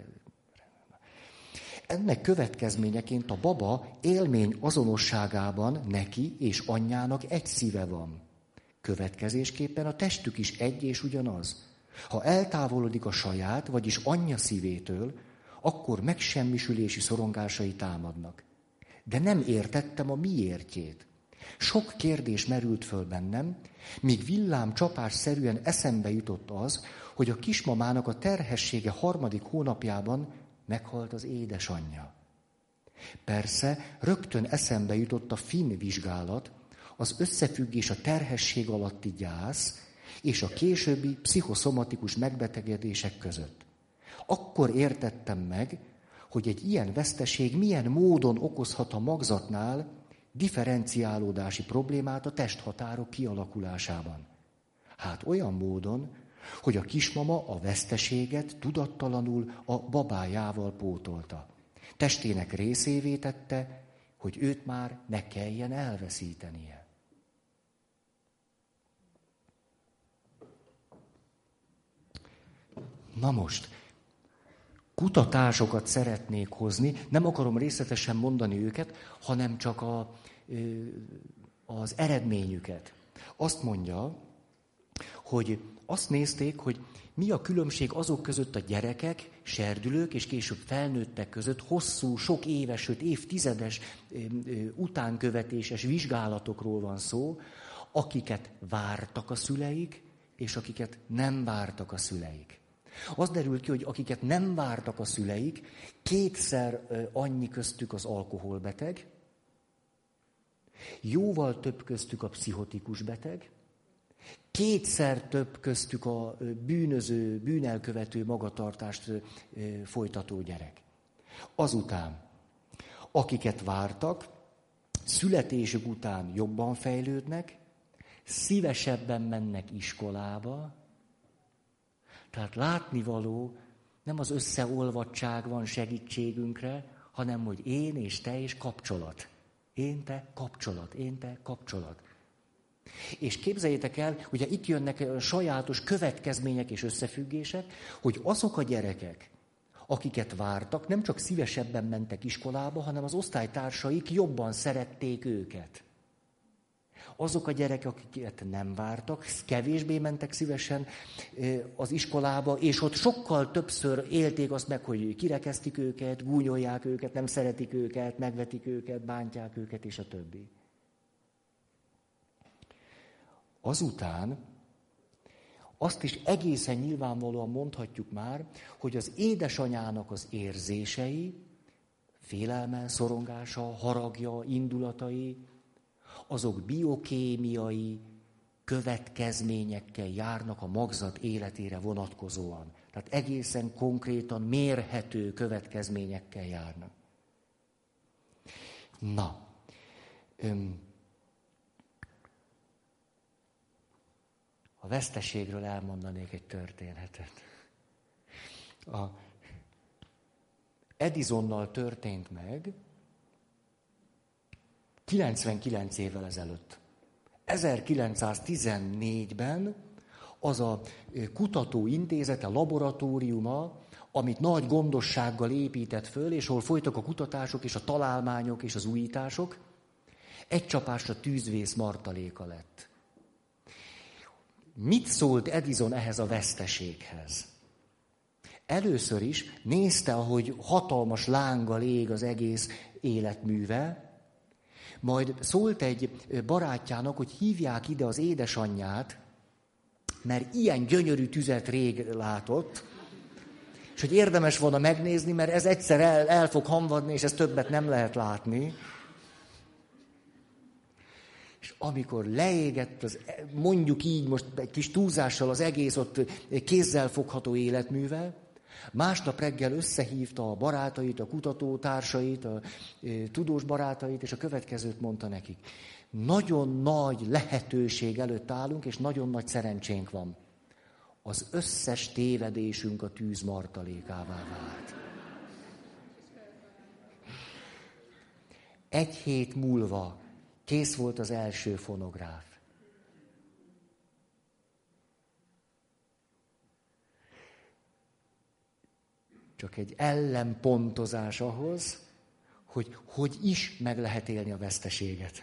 S2: Ennek következményeként a baba élmény azonosságában neki és anyjának egy szíve van. Következésképpen a testük is egy és ugyanaz. Ha eltávolodik a saját, vagyis anyja szívétől, akkor megsemmisülési szorongásai támadnak. De nem értettem a miértjét. Sok kérdés merült föl bennem, míg villámcsapásszerűen eszembe jutott az, hogy a kismamának a terhessége 3. hónapjában meghalt az édesanyja. Persze rögtön eszembe jutott a finn vizsgálat, az összefüggés a terhesség alatti gyász és a későbbi pszichoszomatikus megbetegedések között. Akkor értettem meg, hogy egy ilyen veszteség milyen módon okozhat a magzatnál differenciálódási problémát a testhatárok kialakulásában. Hát olyan módon, hogy a kismama a veszteséget tudattalanul a babájával pótolta. Testének részévé tette, hogy őt már ne kelljen elveszítenie. Na most, kutatásokat szeretnék hozni, nem akarom részletesen mondani őket, hanem csak az eredményüket. Azt mondja, hogy azt nézték, hogy mi a különbség azok között a gyerekek, serdülők és később felnőttek között hosszú, sok éves, sőt évtizedes utánkövetéses vizsgálatokról van szó, akiket vártak a szüleik, és akiket nem vártak a szüleik. Az derült ki, hogy akiket nem vártak a szüleik, 2-szer annyi köztük az alkoholbeteg, jóval több köztük a pszichotikus beteg, 2-szer több köztük a bűnöző, bűnelkövető magatartást folytató gyerek. Azután, akiket vártak, születésük után jobban fejlődnek, szívesebben mennek iskolába. Tehát látnivaló, nem az összeolvadtság van segítségünkre, hanem hogy én és te és kapcsolat. Én, te, kapcsolat. Én, te, kapcsolat. És képzeljétek el, ugye itt jönnek sajátos következmények és összefüggések, hogy azok a gyerekek, akiket vártak, nem csak szívesebben mentek iskolába, hanem az osztálytársaik jobban szerették őket. Azok a gyerekek, akiket nem vártak, kevésbé mentek szívesen az iskolába, és ott sokkal többször élték azt meg, hogy kirekesztik őket, gúnyolják őket, nem szeretik őket, megvetik őket, bántják őket, és a többi. Azután azt is egészen nyilvánvalóan mondhatjuk már, hogy az édesanyának az érzései, félelme, szorongása, haragja, indulatai, azok biokémiai következményekkel járnak a magzat életére vonatkozóan. Tehát egészen konkrétan mérhető következményekkel járnak. Na, a veszteségről elmondanék egy történetet. A Edisonnal történt meg 99 évvel ezelőtt. 1914-ben az a kutatóintézete, laboratóriuma, amit nagy gondossággal épített föl, és ahol folytak a kutatások és a találmányok és az újítások, egy csapásra tűzvész martaléka lett. Mit szólt Edison ehhez a veszteséghez? Először is nézte, ahogy hatalmas lánggal ég az egész életműve, majd szólt egy barátjának, hogy hívják ide az édesanyját, mert ilyen gyönyörű tüzet rég látott, és hogy érdemes volna megnézni, mert ez egyszer el fog hamvadni, és ezt többet nem lehet látni. És amikor leégett, mondjuk így most egy kis túlzással az egész ott kézzel fogható életműve, Másnap reggel összehívta a barátait, a kutatótársait, a tudós barátait, és a következőt mondta nekik. Nagyon nagy lehetőség előtt állunk, és nagyon nagy szerencsénk van. Az összes tévedésünk a tűz martalékává vált. 1 hét múlva kész volt az első fonográf. Csak egy ellenpontozás ahhoz, hogy is meg lehet élni a veszteséget.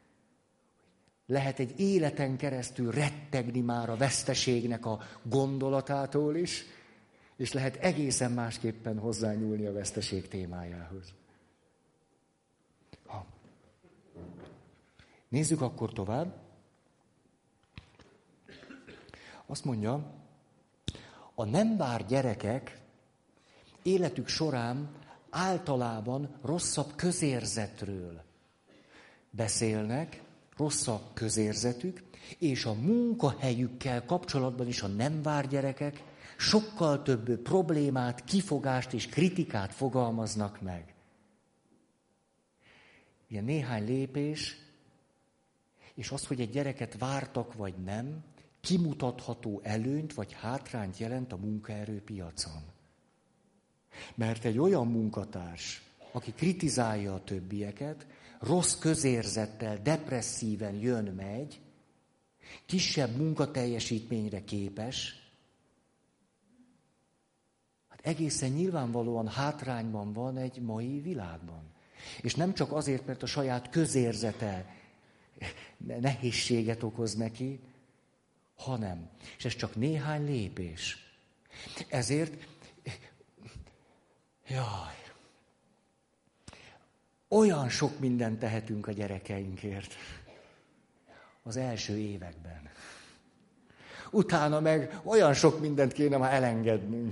S2: Lehet egy életen keresztül rettegni már a veszteségnek a gondolatától is, és lehet egészen másképpen hozzányúlni a veszteség témájához. Nézzük akkor tovább. Azt mondja, a nem várt gyerekek életük során általában rosszabb közérzetről beszélnek, rosszabb közérzetük, és a munkahelyükkel kapcsolatban is a nem várt gyerekek sokkal több problémát, kifogást és kritikát fogalmaznak meg. Ilyen néhány lépés, és az, hogy egy gyereket vártak vagy nem, kimutatható előnyt vagy hátrányt jelent a munkaerőpiacon. Mert egy olyan munkatárs, aki kritizálja a többieket, rossz közérzettel, depresszíven jön-megy, kisebb munkateljesítményre képes, hát egészen nyilvánvalóan hátrányban van egy mai világban. És nem csak azért, mert a saját közérzete nehézséget okoz neki, hanem, és ez csak néhány lépés. Ezért, olyan sok mindent tehetünk a gyerekeinkért az első években. Utána meg olyan sok mindent kéne már elengednünk.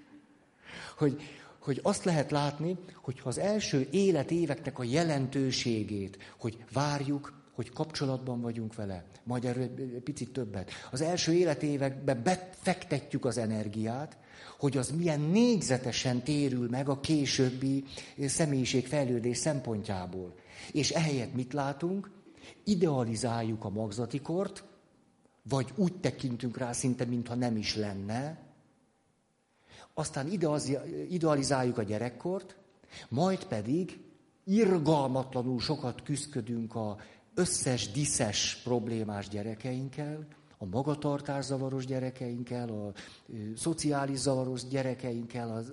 S2: Hogy azt lehet látni, hogy az első életéveknek a jelentőségét, hogy várjuk, hogy kapcsolatban vagyunk vele, majd erről egy picit többet. Az első életévekben befektetjük az energiát, hogy az milyen négyzetesen térül meg a későbbi személyiségfejlődés szempontjából. És ehelyett mit látunk? Idealizáljuk a magzatikort, vagy úgy tekintünk rá szinte, mintha nem is lenne. Aztán idealizáljuk a gyerekkort, majd pedig irgalmatlanul sokat küszködünk az összes diszes problémás gyerekeinkkel, a magatartászavaros gyerekeinkkel, a szociális zavaros gyerekeinkkel.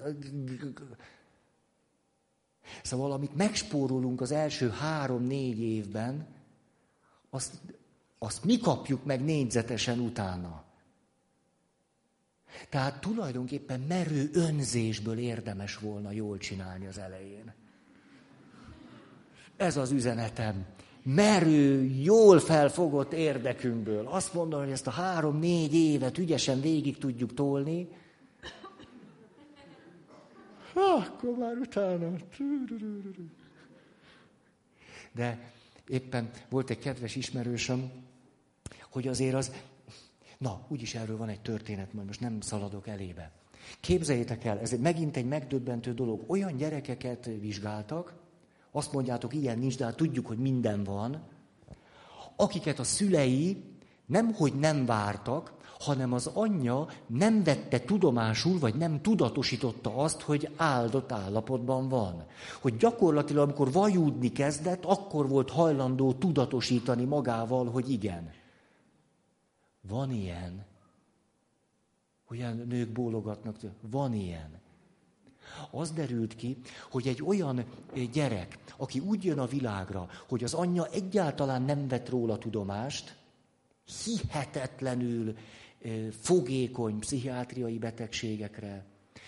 S2: Szóval, amit megspórolunk az első 3-4 évben, azt mi kapjuk meg négyzetesen utána. Tehát tulajdonképpen merő önzésből érdemes volna jól csinálni az elején. Ez az üzenetem. Merő, jól felfogott érdekünkből. Azt mondom, hogy ezt a 3-4 évet ügyesen végig tudjuk tolni. Akkor már utána. De éppen volt egy kedves ismerősöm, hogy azért az... Na, úgyis erről van egy történet, majd most nem szaladok elébe. Képzeljétek el, ez megint egy megdöbbentő dolog. Olyan gyerekeket vizsgáltak, azt mondjátok, ilyen nincs, de hát tudjuk, hogy minden van, akiket a szülei nemhogy nem vártak, hanem az anyja nem vette tudomásul, vagy nem tudatosította azt, hogy áldott állapotban van. Hogy gyakorlatilag, amikor vajúdni kezdett, akkor volt hajlandó tudatosítani magával, hogy igen. Van ilyen. Olyan nők bólogatnak, van ilyen. Az derült ki, hogy egy olyan gyerek, aki úgy jön a világra, hogy az anyja egyáltalán nem vett róla tudomást, hihetetlenül fogékony pszichiátriai betegségekre,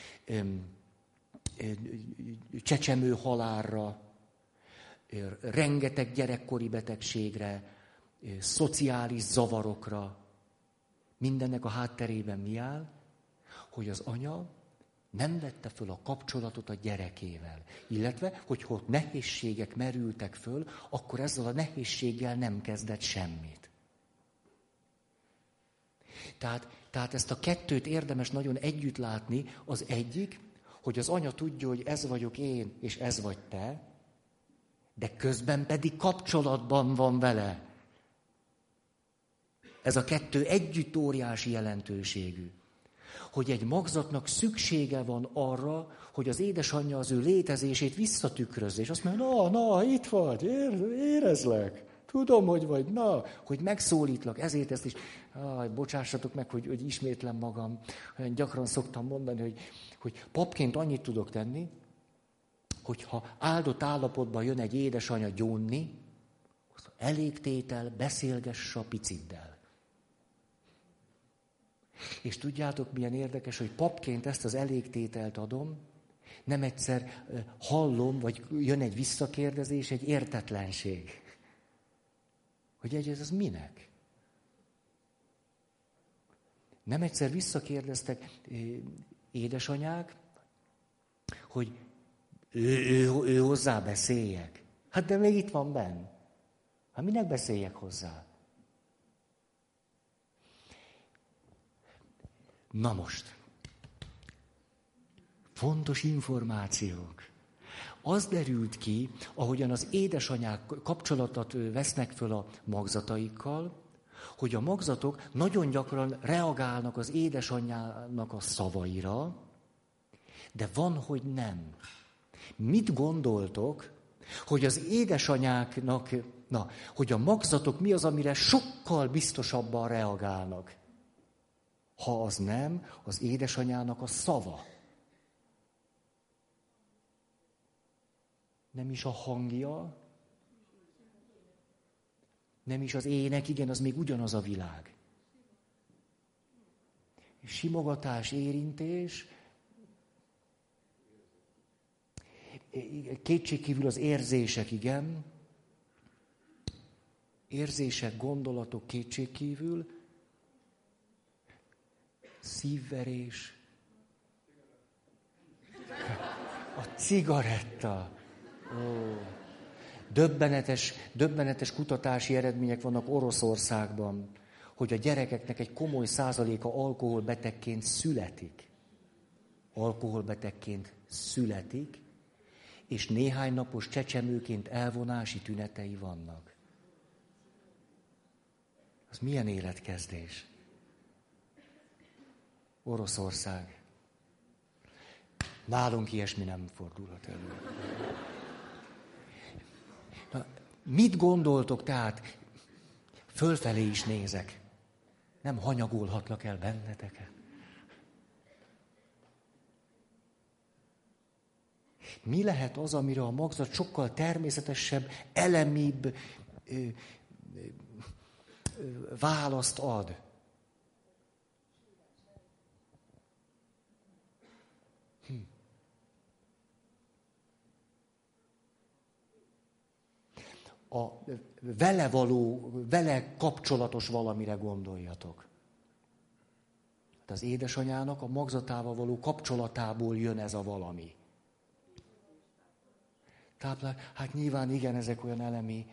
S2: csecsemő halálra, rengeteg gyerekkori betegségre, szociális zavarokra. Mindennek a hátterében mi áll? Hogy az anya nem vette föl a kapcsolatot a gyerekével. Illetve, hogy ott nehézségek merültek föl, akkor ezzel a nehézséggel nem kezdett semmit. Tehát Tehát ezt a kettőt érdemes nagyon együtt látni. Az egyik, hogy az anya tudja, hogy ez vagyok én, és ez vagy te, de közben pedig kapcsolatban van vele. Ez a kettő együtt óriási jelentőségű. Hogy egy magzatnak szüksége van arra, hogy az édesanyja az ő létezését visszatükrözze, és azt mondja, na, itt vagy, érezlek, tudom, hogy vagy, na, hogy megszólítlak, ezért ezt is, bocsássatok meg, hogy ismétlem magam, olyan gyakran szoktam mondani, hogy papként annyit tudok tenni, hogyha áldott állapotban jön egy édesanya gyónni, az elégtétel, beszélgess a piciddel. És tudjátok, milyen érdekes, hogy papként ezt az elégtételt adom, nem egyszer hallom, vagy jön egy visszakérdezés, egy értetlenség. Hogy ez az minek? Nem egyszer visszakérdeztek édesanyák, hogy ő hozzá beszéljek. Hát de még itt van benn. Hát minek beszéljek hozzá? Na most, fontos információk. Az derült ki, ahogyan az édesanyák kapcsolatot vesznek föl a magzataikkal, hogy a magzatok nagyon gyakran reagálnak az édesanyjának a szavaira, de van, hogy nem. Mit gondoltok, hogy az édesanyáknak, hogy a magzatok mi az, amire sokkal biztosabban reagálnak? Ha az nem, az édesanyának a szava. Nem is a hangja, nem is az ének, igen, az még ugyanaz a világ. Simogatás, érintés, kétségkívül az érzések, igen. Érzések, gondolatok kétségkívül. Szívverés. A cigaretta. Ó. Döbbenetes kutatási eredmények vannak Oroszországban, hogy a gyerekeknek egy komoly százaléka alkoholbetegként születik. Alkoholbetegként születik, és néhány napos csecsemőként elvonási tünetei vannak. Az milyen életkezdés? Oroszország. Nálunk ilyesmi nem fordulhat elő. Na, mit gondoltok tehát? Fölfelé is nézek. Nem hanyagolhatlak el benneteket. Mi lehet az, amire a magzat sokkal természetesebb, elemibb választ ad? A vele kapcsolatos valamire gondoljatok. Az édesanyának a magzatával való kapcsolatából jön ez a valami. Hát nyilván igen, ezek olyan elemi.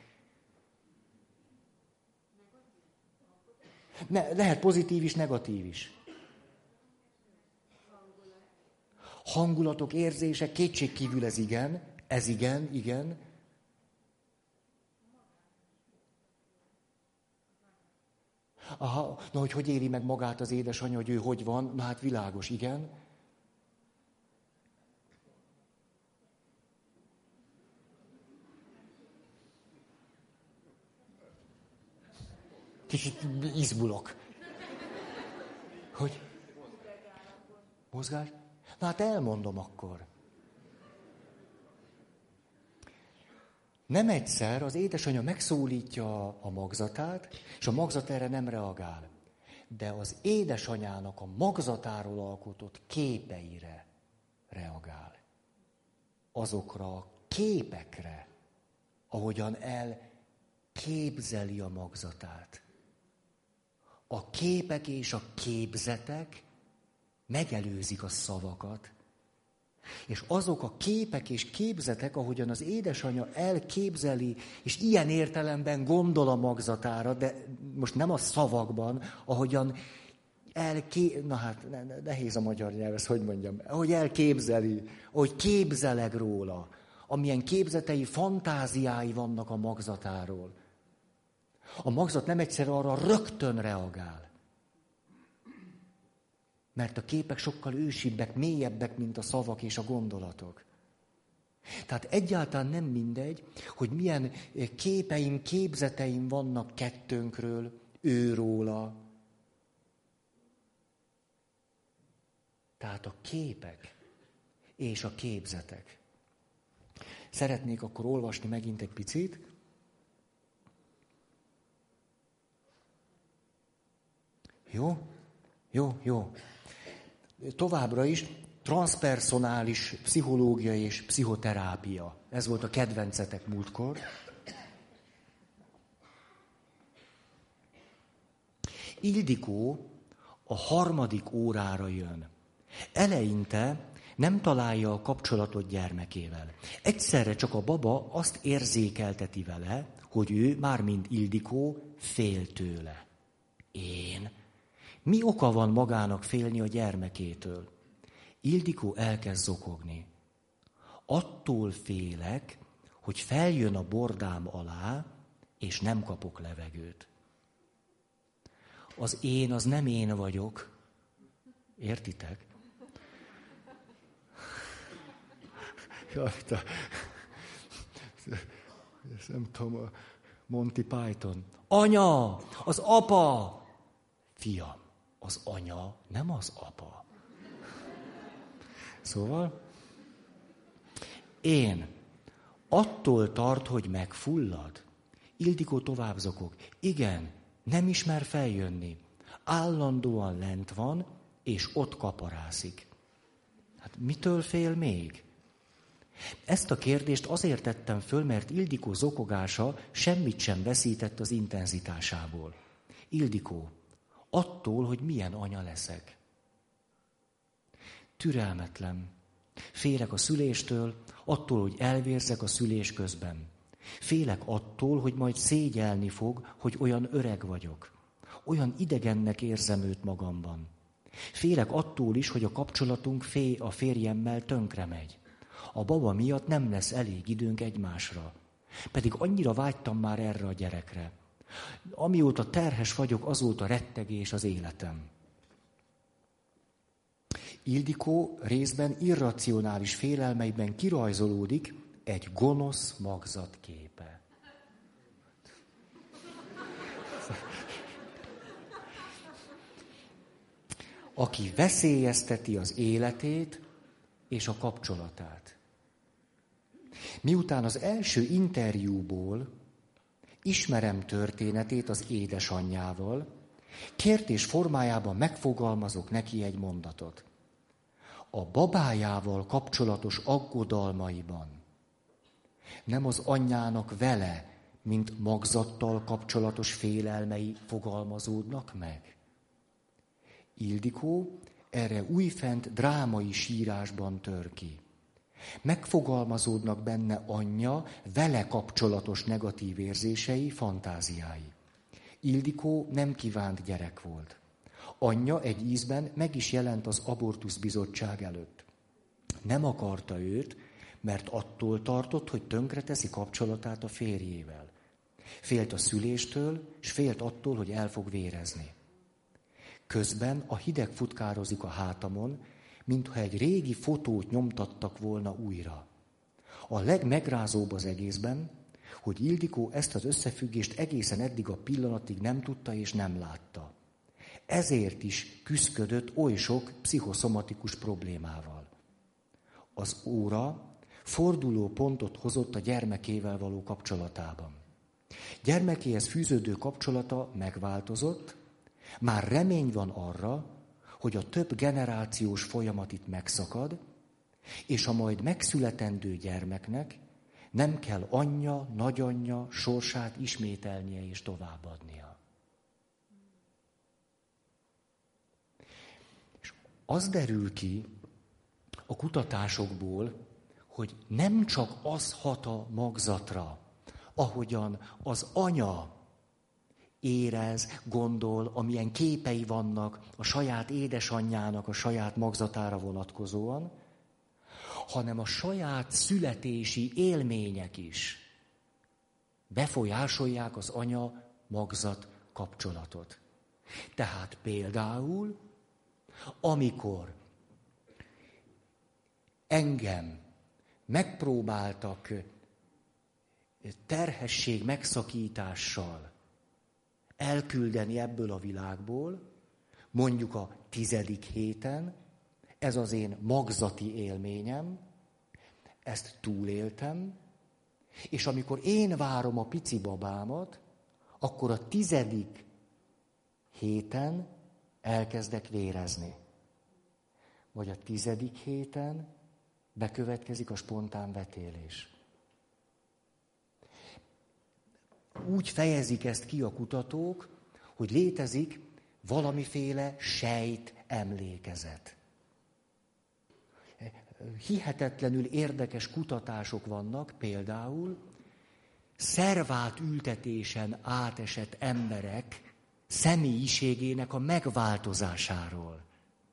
S2: Lehet pozitív is, negatív is. Hangulatok, érzések, kétségkívül ez igen. Ez igen. Aha, na hogy éli meg magát az édesanyja, hogy ő hogy van? Na hát világos, igen. Kicsit izgulok. Hogy? Mozgás? Na hát elmondom akkor. Nem egyszer az édesanyja megszólítja a magzatát, és a magzat erre nem reagál. De az édesanyának a magzatáról alkotott képeire reagál. Azokra a képekre, ahogyan elképzeli a magzatát. A képek és a képzetek megelőzik a szavakat. És azok a képek és képzetek, ahogyan az édesanyja elképzeli, és ilyen értelemben gondol a magzatára, de most nem a szavakban, ahogyan Na hát nehéz a magyar nyelv, ezt hogy mondjam. Ahogy elképzeli, ahogy képzeleg róla. Amilyen képzetei, fantáziái vannak a magzatáról. A magzat nem egyszer arra rögtön reagál. Mert a képek sokkal ősibbek, mélyebbek, mint a szavak és a gondolatok. Tehát egyáltalán nem mindegy, hogy milyen képeim, képzeteim vannak kettőnkről, őróla. Tehát a képek és a képzetek. Szeretnék akkor olvasni megint egy picit. Jó. Továbbra is transzpersonális pszichológia és pszichoterápia. Ez volt a kedvencetek múltkor. Ildikó a 3. órára jön. Eleinte nem találja a kapcsolatot gyermekével. Egyszerre csak a baba azt érzékelteti vele, hogy ő, mármint Ildikó, fél tőle. Én? Mi oka van magának félni a gyermekétől? Ildikó elkezd zokogni. Attól félek, hogy feljön a bordám alá, és nem kapok levegőt. Az én, az nem én vagyok. Értitek? Ez nem tudom, a Monty Python. Anya, az apa! Fiam, az anya nem az apa. Szóval, én attól tart, hogy megfullad. Ildikó tovább zokog. Igen, nem ismer feljönni. Állandóan lent van, és ott kaparászik. Hát mitől fél még? Ezt a kérdést azért tettem föl, mert Ildikó zokogása semmit sem veszített az intenzitásából. Ildikó, attól, hogy milyen anya leszek. Türelmetlen. Félek a szüléstől, attól, hogy elvérzek a szülés közben. Félek attól, hogy majd szégyelni fog, hogy olyan öreg vagyok. Olyan idegennek érzem őt magamban. Félek attól is, hogy a kapcsolatunk a férjemmel tönkre megy. A baba miatt nem lesz elég időnk egymásra. Pedig annyira vágytam már erre a gyerekre. Amióta terhes vagyok, azóta rettegés az életem. Ildikó részben irracionális félelmeiben kirajzolódik egy gonosz magzat képe. Aki veszélyezteti az életét és a kapcsolatát. Miután az első interjúból ismerem történetét az édesanyjával, kérdés formájában megfogalmazok neki egy mondatot. A babájával kapcsolatos aggodalmaiban nem az anyjának vele, mint magzattal kapcsolatos félelmei fogalmazódnak meg. Ildikó erre újfent drámai sírásban tör ki. Megfogalmazódnak benne anyja vele kapcsolatos negatív érzései, fantáziái. Ildikó nem kívánt gyerek volt. Anyja egy ízben meg is jelent az abortuszbizottság előtt. Nem akarta őt, mert attól tartott, hogy tönkreteszi kapcsolatát a férjével. Félt a szüléstől, és félt attól, hogy el fog vérezni. Közben a hideg futkározik a hátamon, mintha egy régi fotót nyomtattak volna újra. A legmegrázóbb az egészben, hogy Ildikó ezt az összefüggést egészen eddig a pillanatig nem tudta és nem látta. Ezért is küszködött oly sok pszichoszomatikus problémával. Az óra forduló pontot hozott a gyermekével való kapcsolatában. Gyermekéhez fűződő kapcsolata megváltozott, már remény van arra, hogy a több generációs folyamat itt megszakad, és a majd megszületendő gyermeknek nem kell anyja, nagyanyja sorsát ismételnie és továbbadnia. És az derül ki a kutatásokból, hogy nem csak az hat a magzatra, ahogyan az anya érez, gondol, amilyen képei vannak a saját édesanyjának, a saját magzatára vonatkozóan, hanem a saját születési élmények is befolyásolják az anya-magzat kapcsolatot. Tehát például, amikor engem megpróbáltak terhesség megszakítással elküldeni ebből a világból, mondjuk a 10. héten, ez az én magzati élményem, ezt túléltem, és amikor én várom a pici babámat, akkor a 10. héten elkezdek vérezni. Vagy a 10. héten bekövetkezik a spontán vetélés. Úgy fejezik ezt ki a kutatók, hogy létezik valamiféle sejt emlékezet. Hihetetlenül érdekes kutatások vannak, például szervátültetésen átesett emberek személyiségének a megváltozásáról.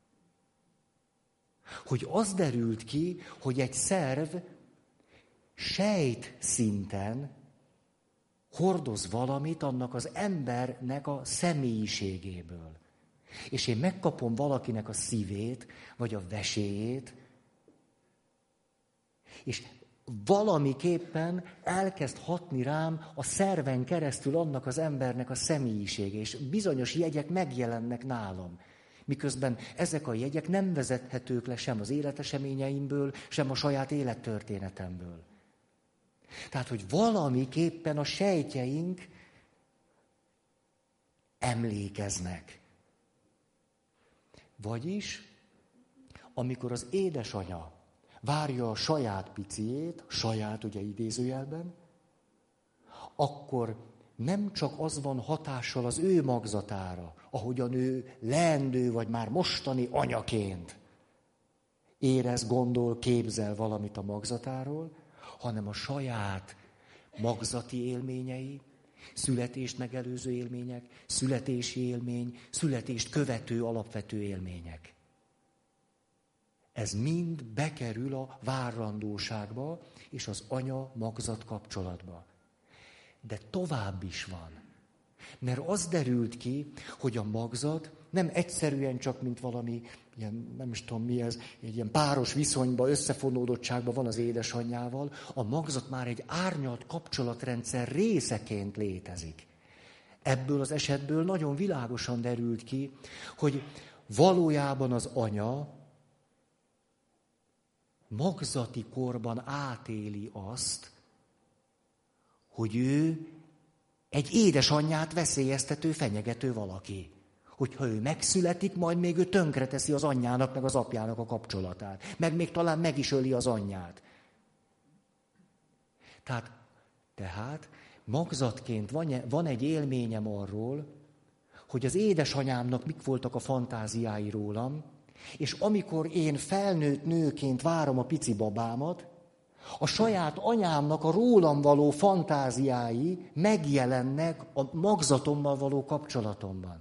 S2: Hogy az derült ki, hogy egy szerv sejt szinten hordoz valamit annak az embernek a személyiségéből. És én megkapom valakinek a szívét, vagy a veséjét, és valamiképpen elkezd hatni rám a szerven keresztül annak az embernek a személyisége, és bizonyos jegyek megjelennek nálam. Miközben ezek a jegyek nem vezethetők le sem az életeseményeimből, sem a saját élettörténetemből. Tehát, hogy valamiképpen a sejtjeink emlékeznek. Vagyis, amikor az édesanya várja a saját piciét, saját ugye idézőjelben, akkor nem csak az van hatással az ő magzatára, ahogyan ő leendő vagy már mostani anyaként érez, gondol, képzel valamit a magzatáról, hanem a saját magzati élményei, születést megelőző élmények, születési élmény, születést követő alapvető élmények. Ez mind bekerül a várandóságba és az anya-magzat kapcsolatba. De tovább is van. Mert az derült ki, hogy a magzat nem egyszerűen csak, mint valami, ilyen, nem is tudom mi ez, egy ilyen páros viszonyban, összefonódottságban van az édesanyjával, a magzat már egy árnyalt kapcsolatrendszer részeként létezik. Ebből az esetből nagyon világosan derült ki, hogy valójában az anya magzati korban átéli azt, hogy ő egy édesanyját veszélyeztető, fenyegető valaki. Hogyha ő megszületik, majd még ő tönkreteszi az anyjának, meg az apjának a kapcsolatát. Meg még talán meg is öli az anyját. Tehát magzatként van egy élményem arról, hogy az édesanyámnak mik voltak a fantáziái rólam, és amikor én felnőtt nőként várom a pici babámat, a saját anyámnak a rólam való fantáziái megjelennek a magzatommal való kapcsolatomban.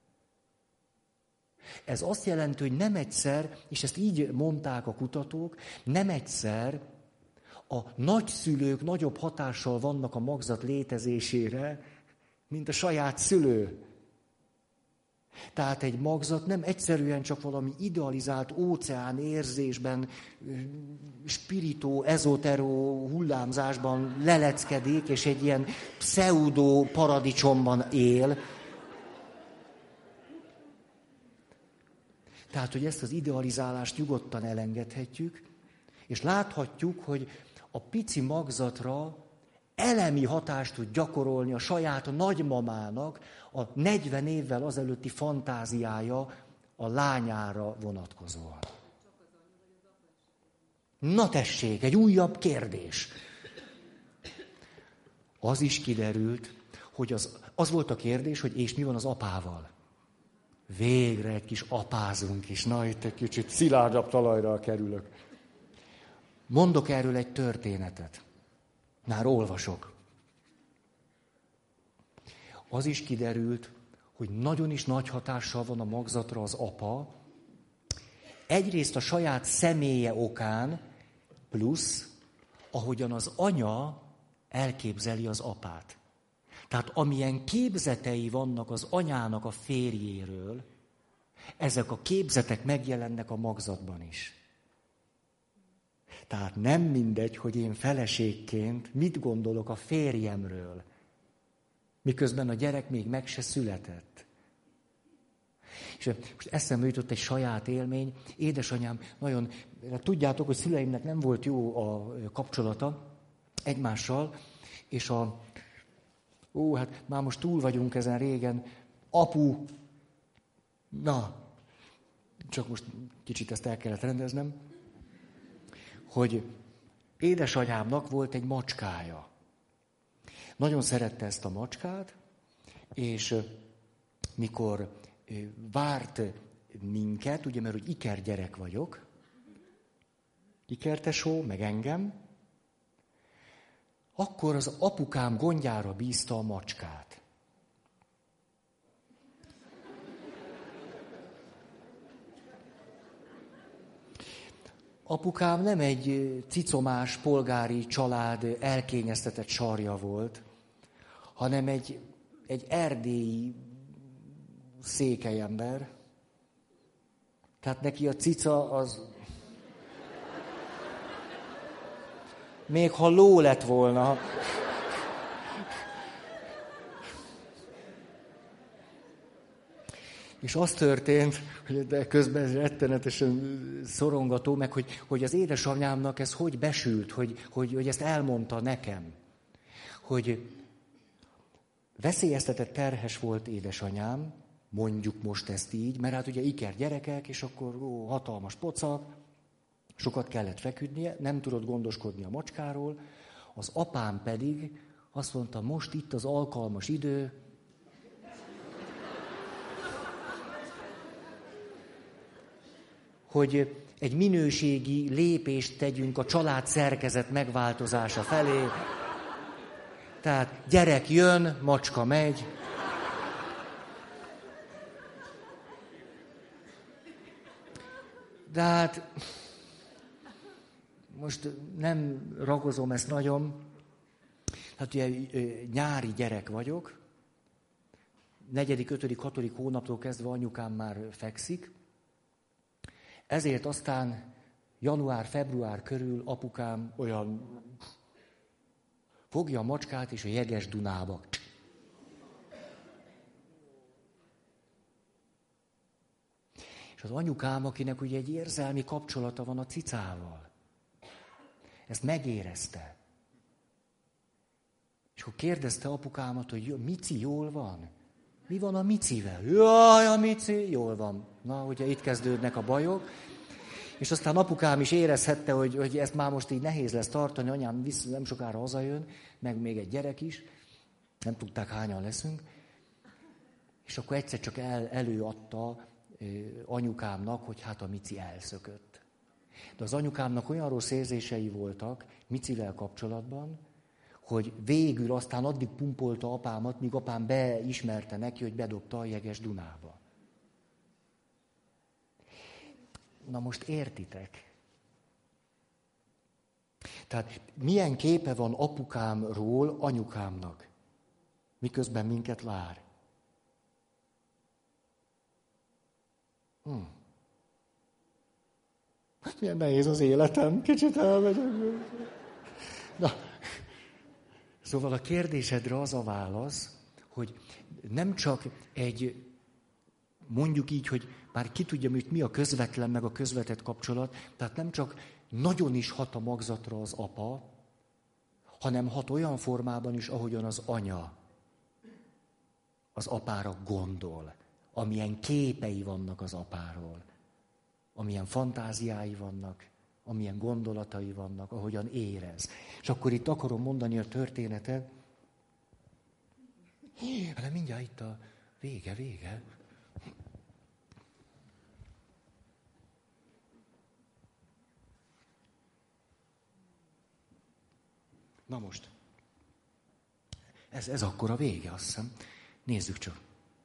S2: Ez azt jelenti, hogy nem egyszer, és ezt így mondták a kutatók, nem egyszer a nagyszülők nagyobb hatással vannak a magzat létezésére, mint a saját szülő. Tehát egy magzat nem egyszerűen csak valami idealizált óceán érzésben, spiritó, ezoteró hullámzásban leleckedik, és egy ilyen pseudo paradicsomban él. Tehát, hogy ezt az idealizálást nyugodtan elengedhetjük, és láthatjuk, hogy a pici magzatra elemi hatást tud gyakorolni a saját nagymamának a 40 évvel azelőtti fantáziája a lányára vonatkozóan. Na tessék, egy újabb kérdés. Az is kiderült, hogy az volt a kérdés, hogy és mi van az apával. Végre egy kis apázunk is, na itt egy kicsit szilárdabb talajra kerülök. Mondok erről egy történetet. Már olvasok. az is kiderült, hogy nagyon is nagy hatással van a magzatra az apa. Egyrészt a saját személye okán, plusz ahogyan az anya elképzeli az apát. Tehát amilyen képzetei vannak az anyának a férjéről, ezek a képzetek megjelennek a magzatban is. Tehát nem mindegy, hogy én feleségként mit gondolok a férjemről, miközben a gyerek még meg se született. És most eszembe jutott egy saját élmény. Édesanyám nagyon, tudjátok, hogy szüleimnek nem volt jó a kapcsolata egymással, és hát már most túl vagyunk ezen régen, apu, csak most kicsit ezt el kellett rendeznem, hogy édesanyámnak volt egy macskája. Nagyon szerette ezt a macskát, és mikor várt minket, ugye, mert hogy ikergyerek vagyok, ikertesó, meg engem, akkor az apukám gondjára bízta a macskát. Apukám nem egy cicomás polgári család elkényeztetett sarja volt, hanem egy erdélyi székelyember. Tehát neki a cica az... Még ha ló lett volna. És az történt, de közben ez rettenetesen szorongató, meg hogy az édesanyámnak ez hogy besült, hogy ezt elmondta nekem. Hogy veszélyeztetett terhes volt édesanyám, mondjuk most ezt így, mert hát ugye iker gyerekek, és akkor hatalmas pocak, sokat kellett feküdnie, nem tudott gondoskodni a macskáról, az apám pedig azt mondta, most itt az alkalmas idő, hogy egy minőségi lépést tegyünk a család szerkezet megváltozása felé. Tehát gyerek jön, macska megy. De hát most nem ragozom ezt nagyon. Hát ugye nyári gyerek vagyok. 4., 5., 6. hónaptól kezdve anyukám már fekszik. Ezért aztán január-február körül apukám olyan fogja a macskát és a jeges Dunába. És az anyukám, akinek ugye egy érzelmi kapcsolata van a cicával, ezt megérezte. És akkor kérdezte apukámat, hogy Mici jól van? Mi van a Micivel? Jaj, a Mici, jól van. Na, ugye itt kezdődnek a bajok. És aztán apukám is érezhette, hogy ezt már most így nehéz lesz tartani, anyám nem sokára hazajön, meg még egy gyerek is. Nem tudták, hányan leszünk. És akkor egyszer csak előadta anyukámnak, hogy hát a Mici elszökött. De az anyukámnak olyan rossz érzései voltak Micivel kapcsolatban, hogy végül aztán addig pumpolta apámat, míg apám beismerte neki, hogy bedobta a jeges Dunába. Na most értitek? Tehát milyen képe van apukámról anyukámnak, miközben minket vár? Milyen nehéz az életem, kicsit elmegyek. Na, szóval a kérdésedre az a válasz, hogy nem csak egy, mondjuk így, hogy már ki tudja, hogy mi a közvetlen, meg a közvetett kapcsolat, tehát nem csak nagyon is hat a magzatra az apa, hanem hat olyan formában is, ahogyan az anya az apára gondol, amilyen képei vannak az apáról, amilyen fantáziái vannak, amilyen gondolatai vannak, ahogyan érez. És akkor itt akarom mondani a történetet, de mindjárt itt a vége. Na most, ez akkor a vége, azt hiszem. Nézzük csak.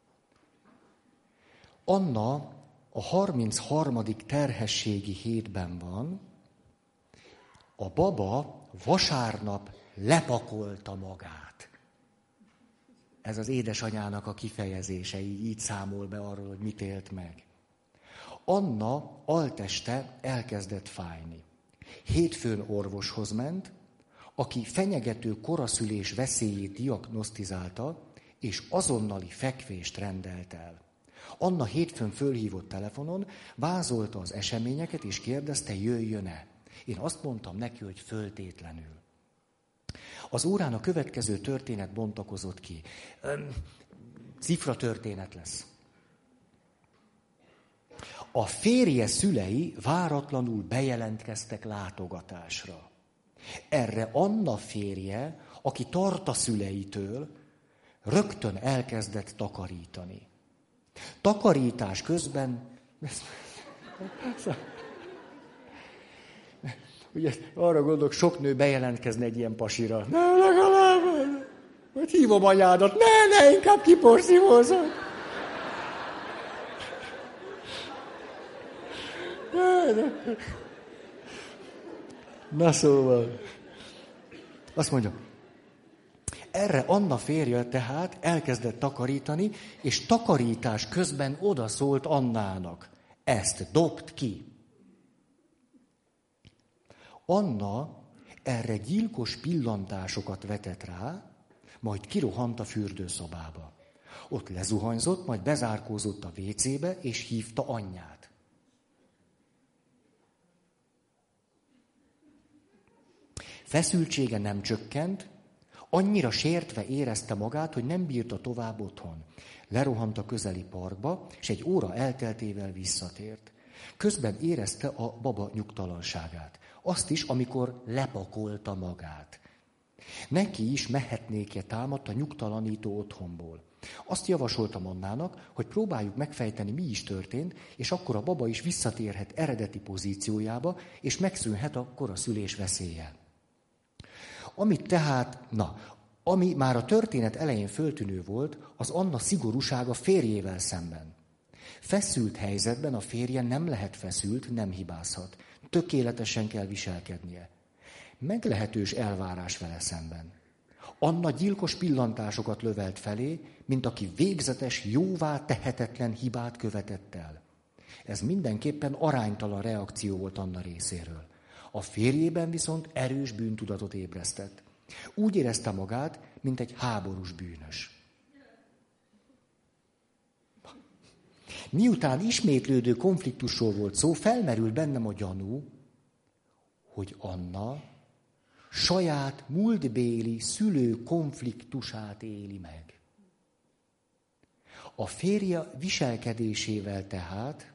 S2: Anna a 33. terhességi hétben van, a baba vasárnap lepakolta magát. Ez az édesanyának a kifejezése, így számol be arról, hogy mit élt meg. Anna alteste elkezdett fájni. Hétfőn orvoshoz ment, aki fenyegető koraszülés veszélyét diagnosztizálta, és azonnali fekvést rendelt el. Anna hétfőn fölhívott telefonon, vázolta az eseményeket, és kérdezte, jöjjön-e. Én azt mondtam neki, hogy föltétlenül. Az órán a következő történet bontakozott ki. Cifra történet lesz. A férje szülei váratlanul bejelentkeztek látogatásra. Erre Anna férje, aki tart a szüleitől, rögtön elkezdett takarítani. Takarítás közben... Ugye arra gondolok, sok nő bejelentkezne egy ilyen pasira. Ne, legalább, majd hívom anyádat. Ne, inkább kiporszívózom. Na szóval. Azt mondja, erre Anna férje tehát elkezdett takarítani, és takarítás közben odaszólt Annának. Ezt dobd ki. Anna erre gyilkos pillantásokat vetett rá, majd kirohant a fürdőszobába. Ott lezuhanyzott, majd bezárkózott a WC-be, és hívta anyját. Feszültsége nem csökkent, annyira sértve érezte magát, hogy nem bírta tovább otthon. Lerohant a közeli parkba, és egy óra elteltével visszatért. Közben érezte a baba nyugtalanságát. Azt is, amikor lepakolta magát. Neki is mehetnéke támadt a nyugtalanító otthonból. Azt javasoltam Annának, hogy próbáljuk megfejteni, mi is történt, és akkor a baba is visszatérhet eredeti pozíciójába, és megszűnhet a koraszülés veszélye. Ami már a történet elején föltűnő volt, az Anna szigorúsága férjével szemben. Feszült helyzetben a férje nem lehet feszült, nem hibázhat. Tökéletesen kell viselkednie. Meglehetős elvárás vele szemben. Anna gyilkos pillantásokat lövelt felé, mint aki végzetes, jóvá tehetetlen hibát követett el. Ez mindenképpen aránytalan reakció volt Anna részéről. A férjében viszont erős bűntudatot ébresztett. Úgy érezte magát, mint egy háborús bűnös. Miután ismétlődő konfliktusról volt szó, felmerült bennem a gyanú, hogy Anna saját múltbéli szülő konfliktusát éli meg. A férje viselkedésével tehát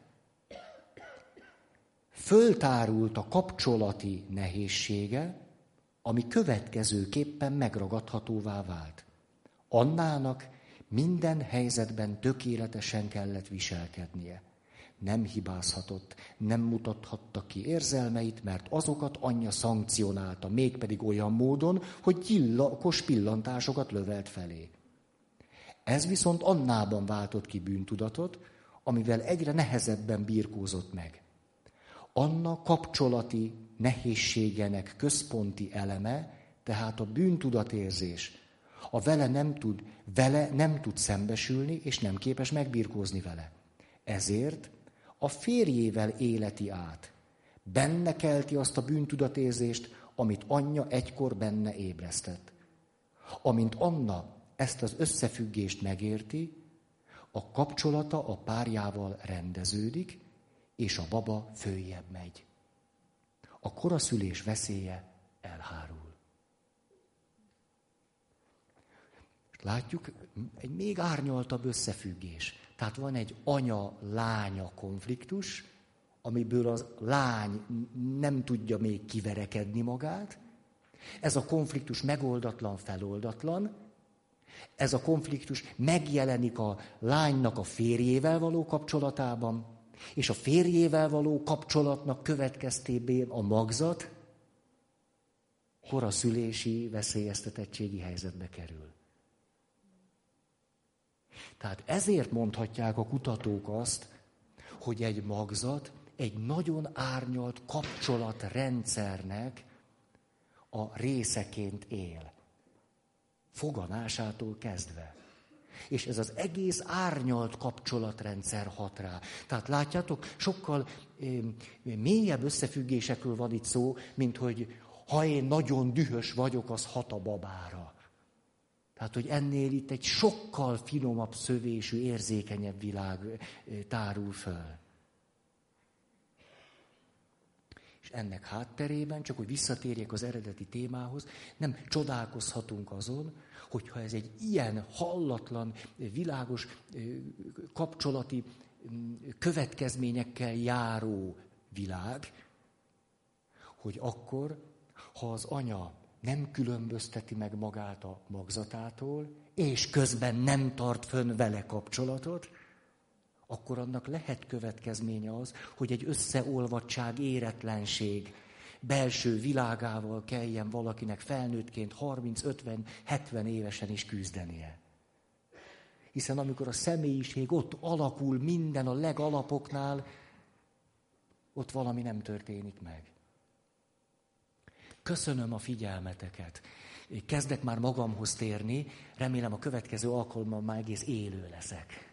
S2: föltárult a kapcsolati nehézsége, ami következőképpen megragadhatóvá vált. Annának minden helyzetben tökéletesen kellett viselkednie. Nem hibázhatott, nem mutathatta ki érzelmeit, mert azokat anyja szankcionálta, mégpedig olyan módon, hogy gyilkos pillantásokat lövelt felé. Ez viszont Annában váltott ki bűntudatot, amivel egyre nehezebben birkózott meg. Anna kapcsolati nehézségenek központi eleme, tehát a bűntudatérzés. A vele nem tud szembesülni, és nem képes megbirkózni vele. Ezért a férjével életi át. Benne kelti azt a bűntudatérzést, amit anyja egykor benne ébresztett. Amint Anna ezt az összefüggést megérti, a kapcsolata a párjával rendeződik, és a baba följebb megy. A koraszülés veszélye elhárul. Látjuk, egy még árnyaltabb összefüggés. Tehát van egy anya-lánya konfliktus, amiből a lány nem tudja még kiverekedni magát. Ez a konfliktus megoldatlan, feloldatlan. Ez a konfliktus megjelenik a lánynak a férjével való kapcsolatában, és a férjével való kapcsolatnak következtében a magzat koraszülési veszélyeztetettségi helyzetbe kerül. Tehát ezért mondhatják a kutatók azt, hogy egy magzat egy nagyon árnyalt kapcsolatrendszernek a részeként él. Foganásától kezdve. És ez az egész árnyalt kapcsolatrendszer hat rá. Tehát látjátok, sokkal mélyebb összefüggésekről van itt szó, mint hogy ha én nagyon dühös vagyok, az hat a babára. Tehát, hogy ennél itt egy sokkal finomabb szövésű, érzékenyebb világ tárul föl. És ennek hátterében, csak hogy visszatérjek az eredeti témához, nem csodálkozhatunk azon, hogyha ez egy ilyen hallatlan, világos kapcsolati következményekkel járó világ, hogy akkor, ha az anya nem különbözteti meg magát a magzatától, és közben nem tart fönn vele kapcsolatot, akkor annak lehet következménye az, hogy egy összeolvadtság, éretlenség belső világával kelljen valakinek felnőttként 30, 50, 70 évesen is küzdenie. Hiszen amikor a személyiség ott alakul minden a legalapoknál, ott valami nem történik meg. Köszönöm a figyelmeteket. Kezdek már magamhoz térni, remélem a következő alkalommal már egész élő leszek.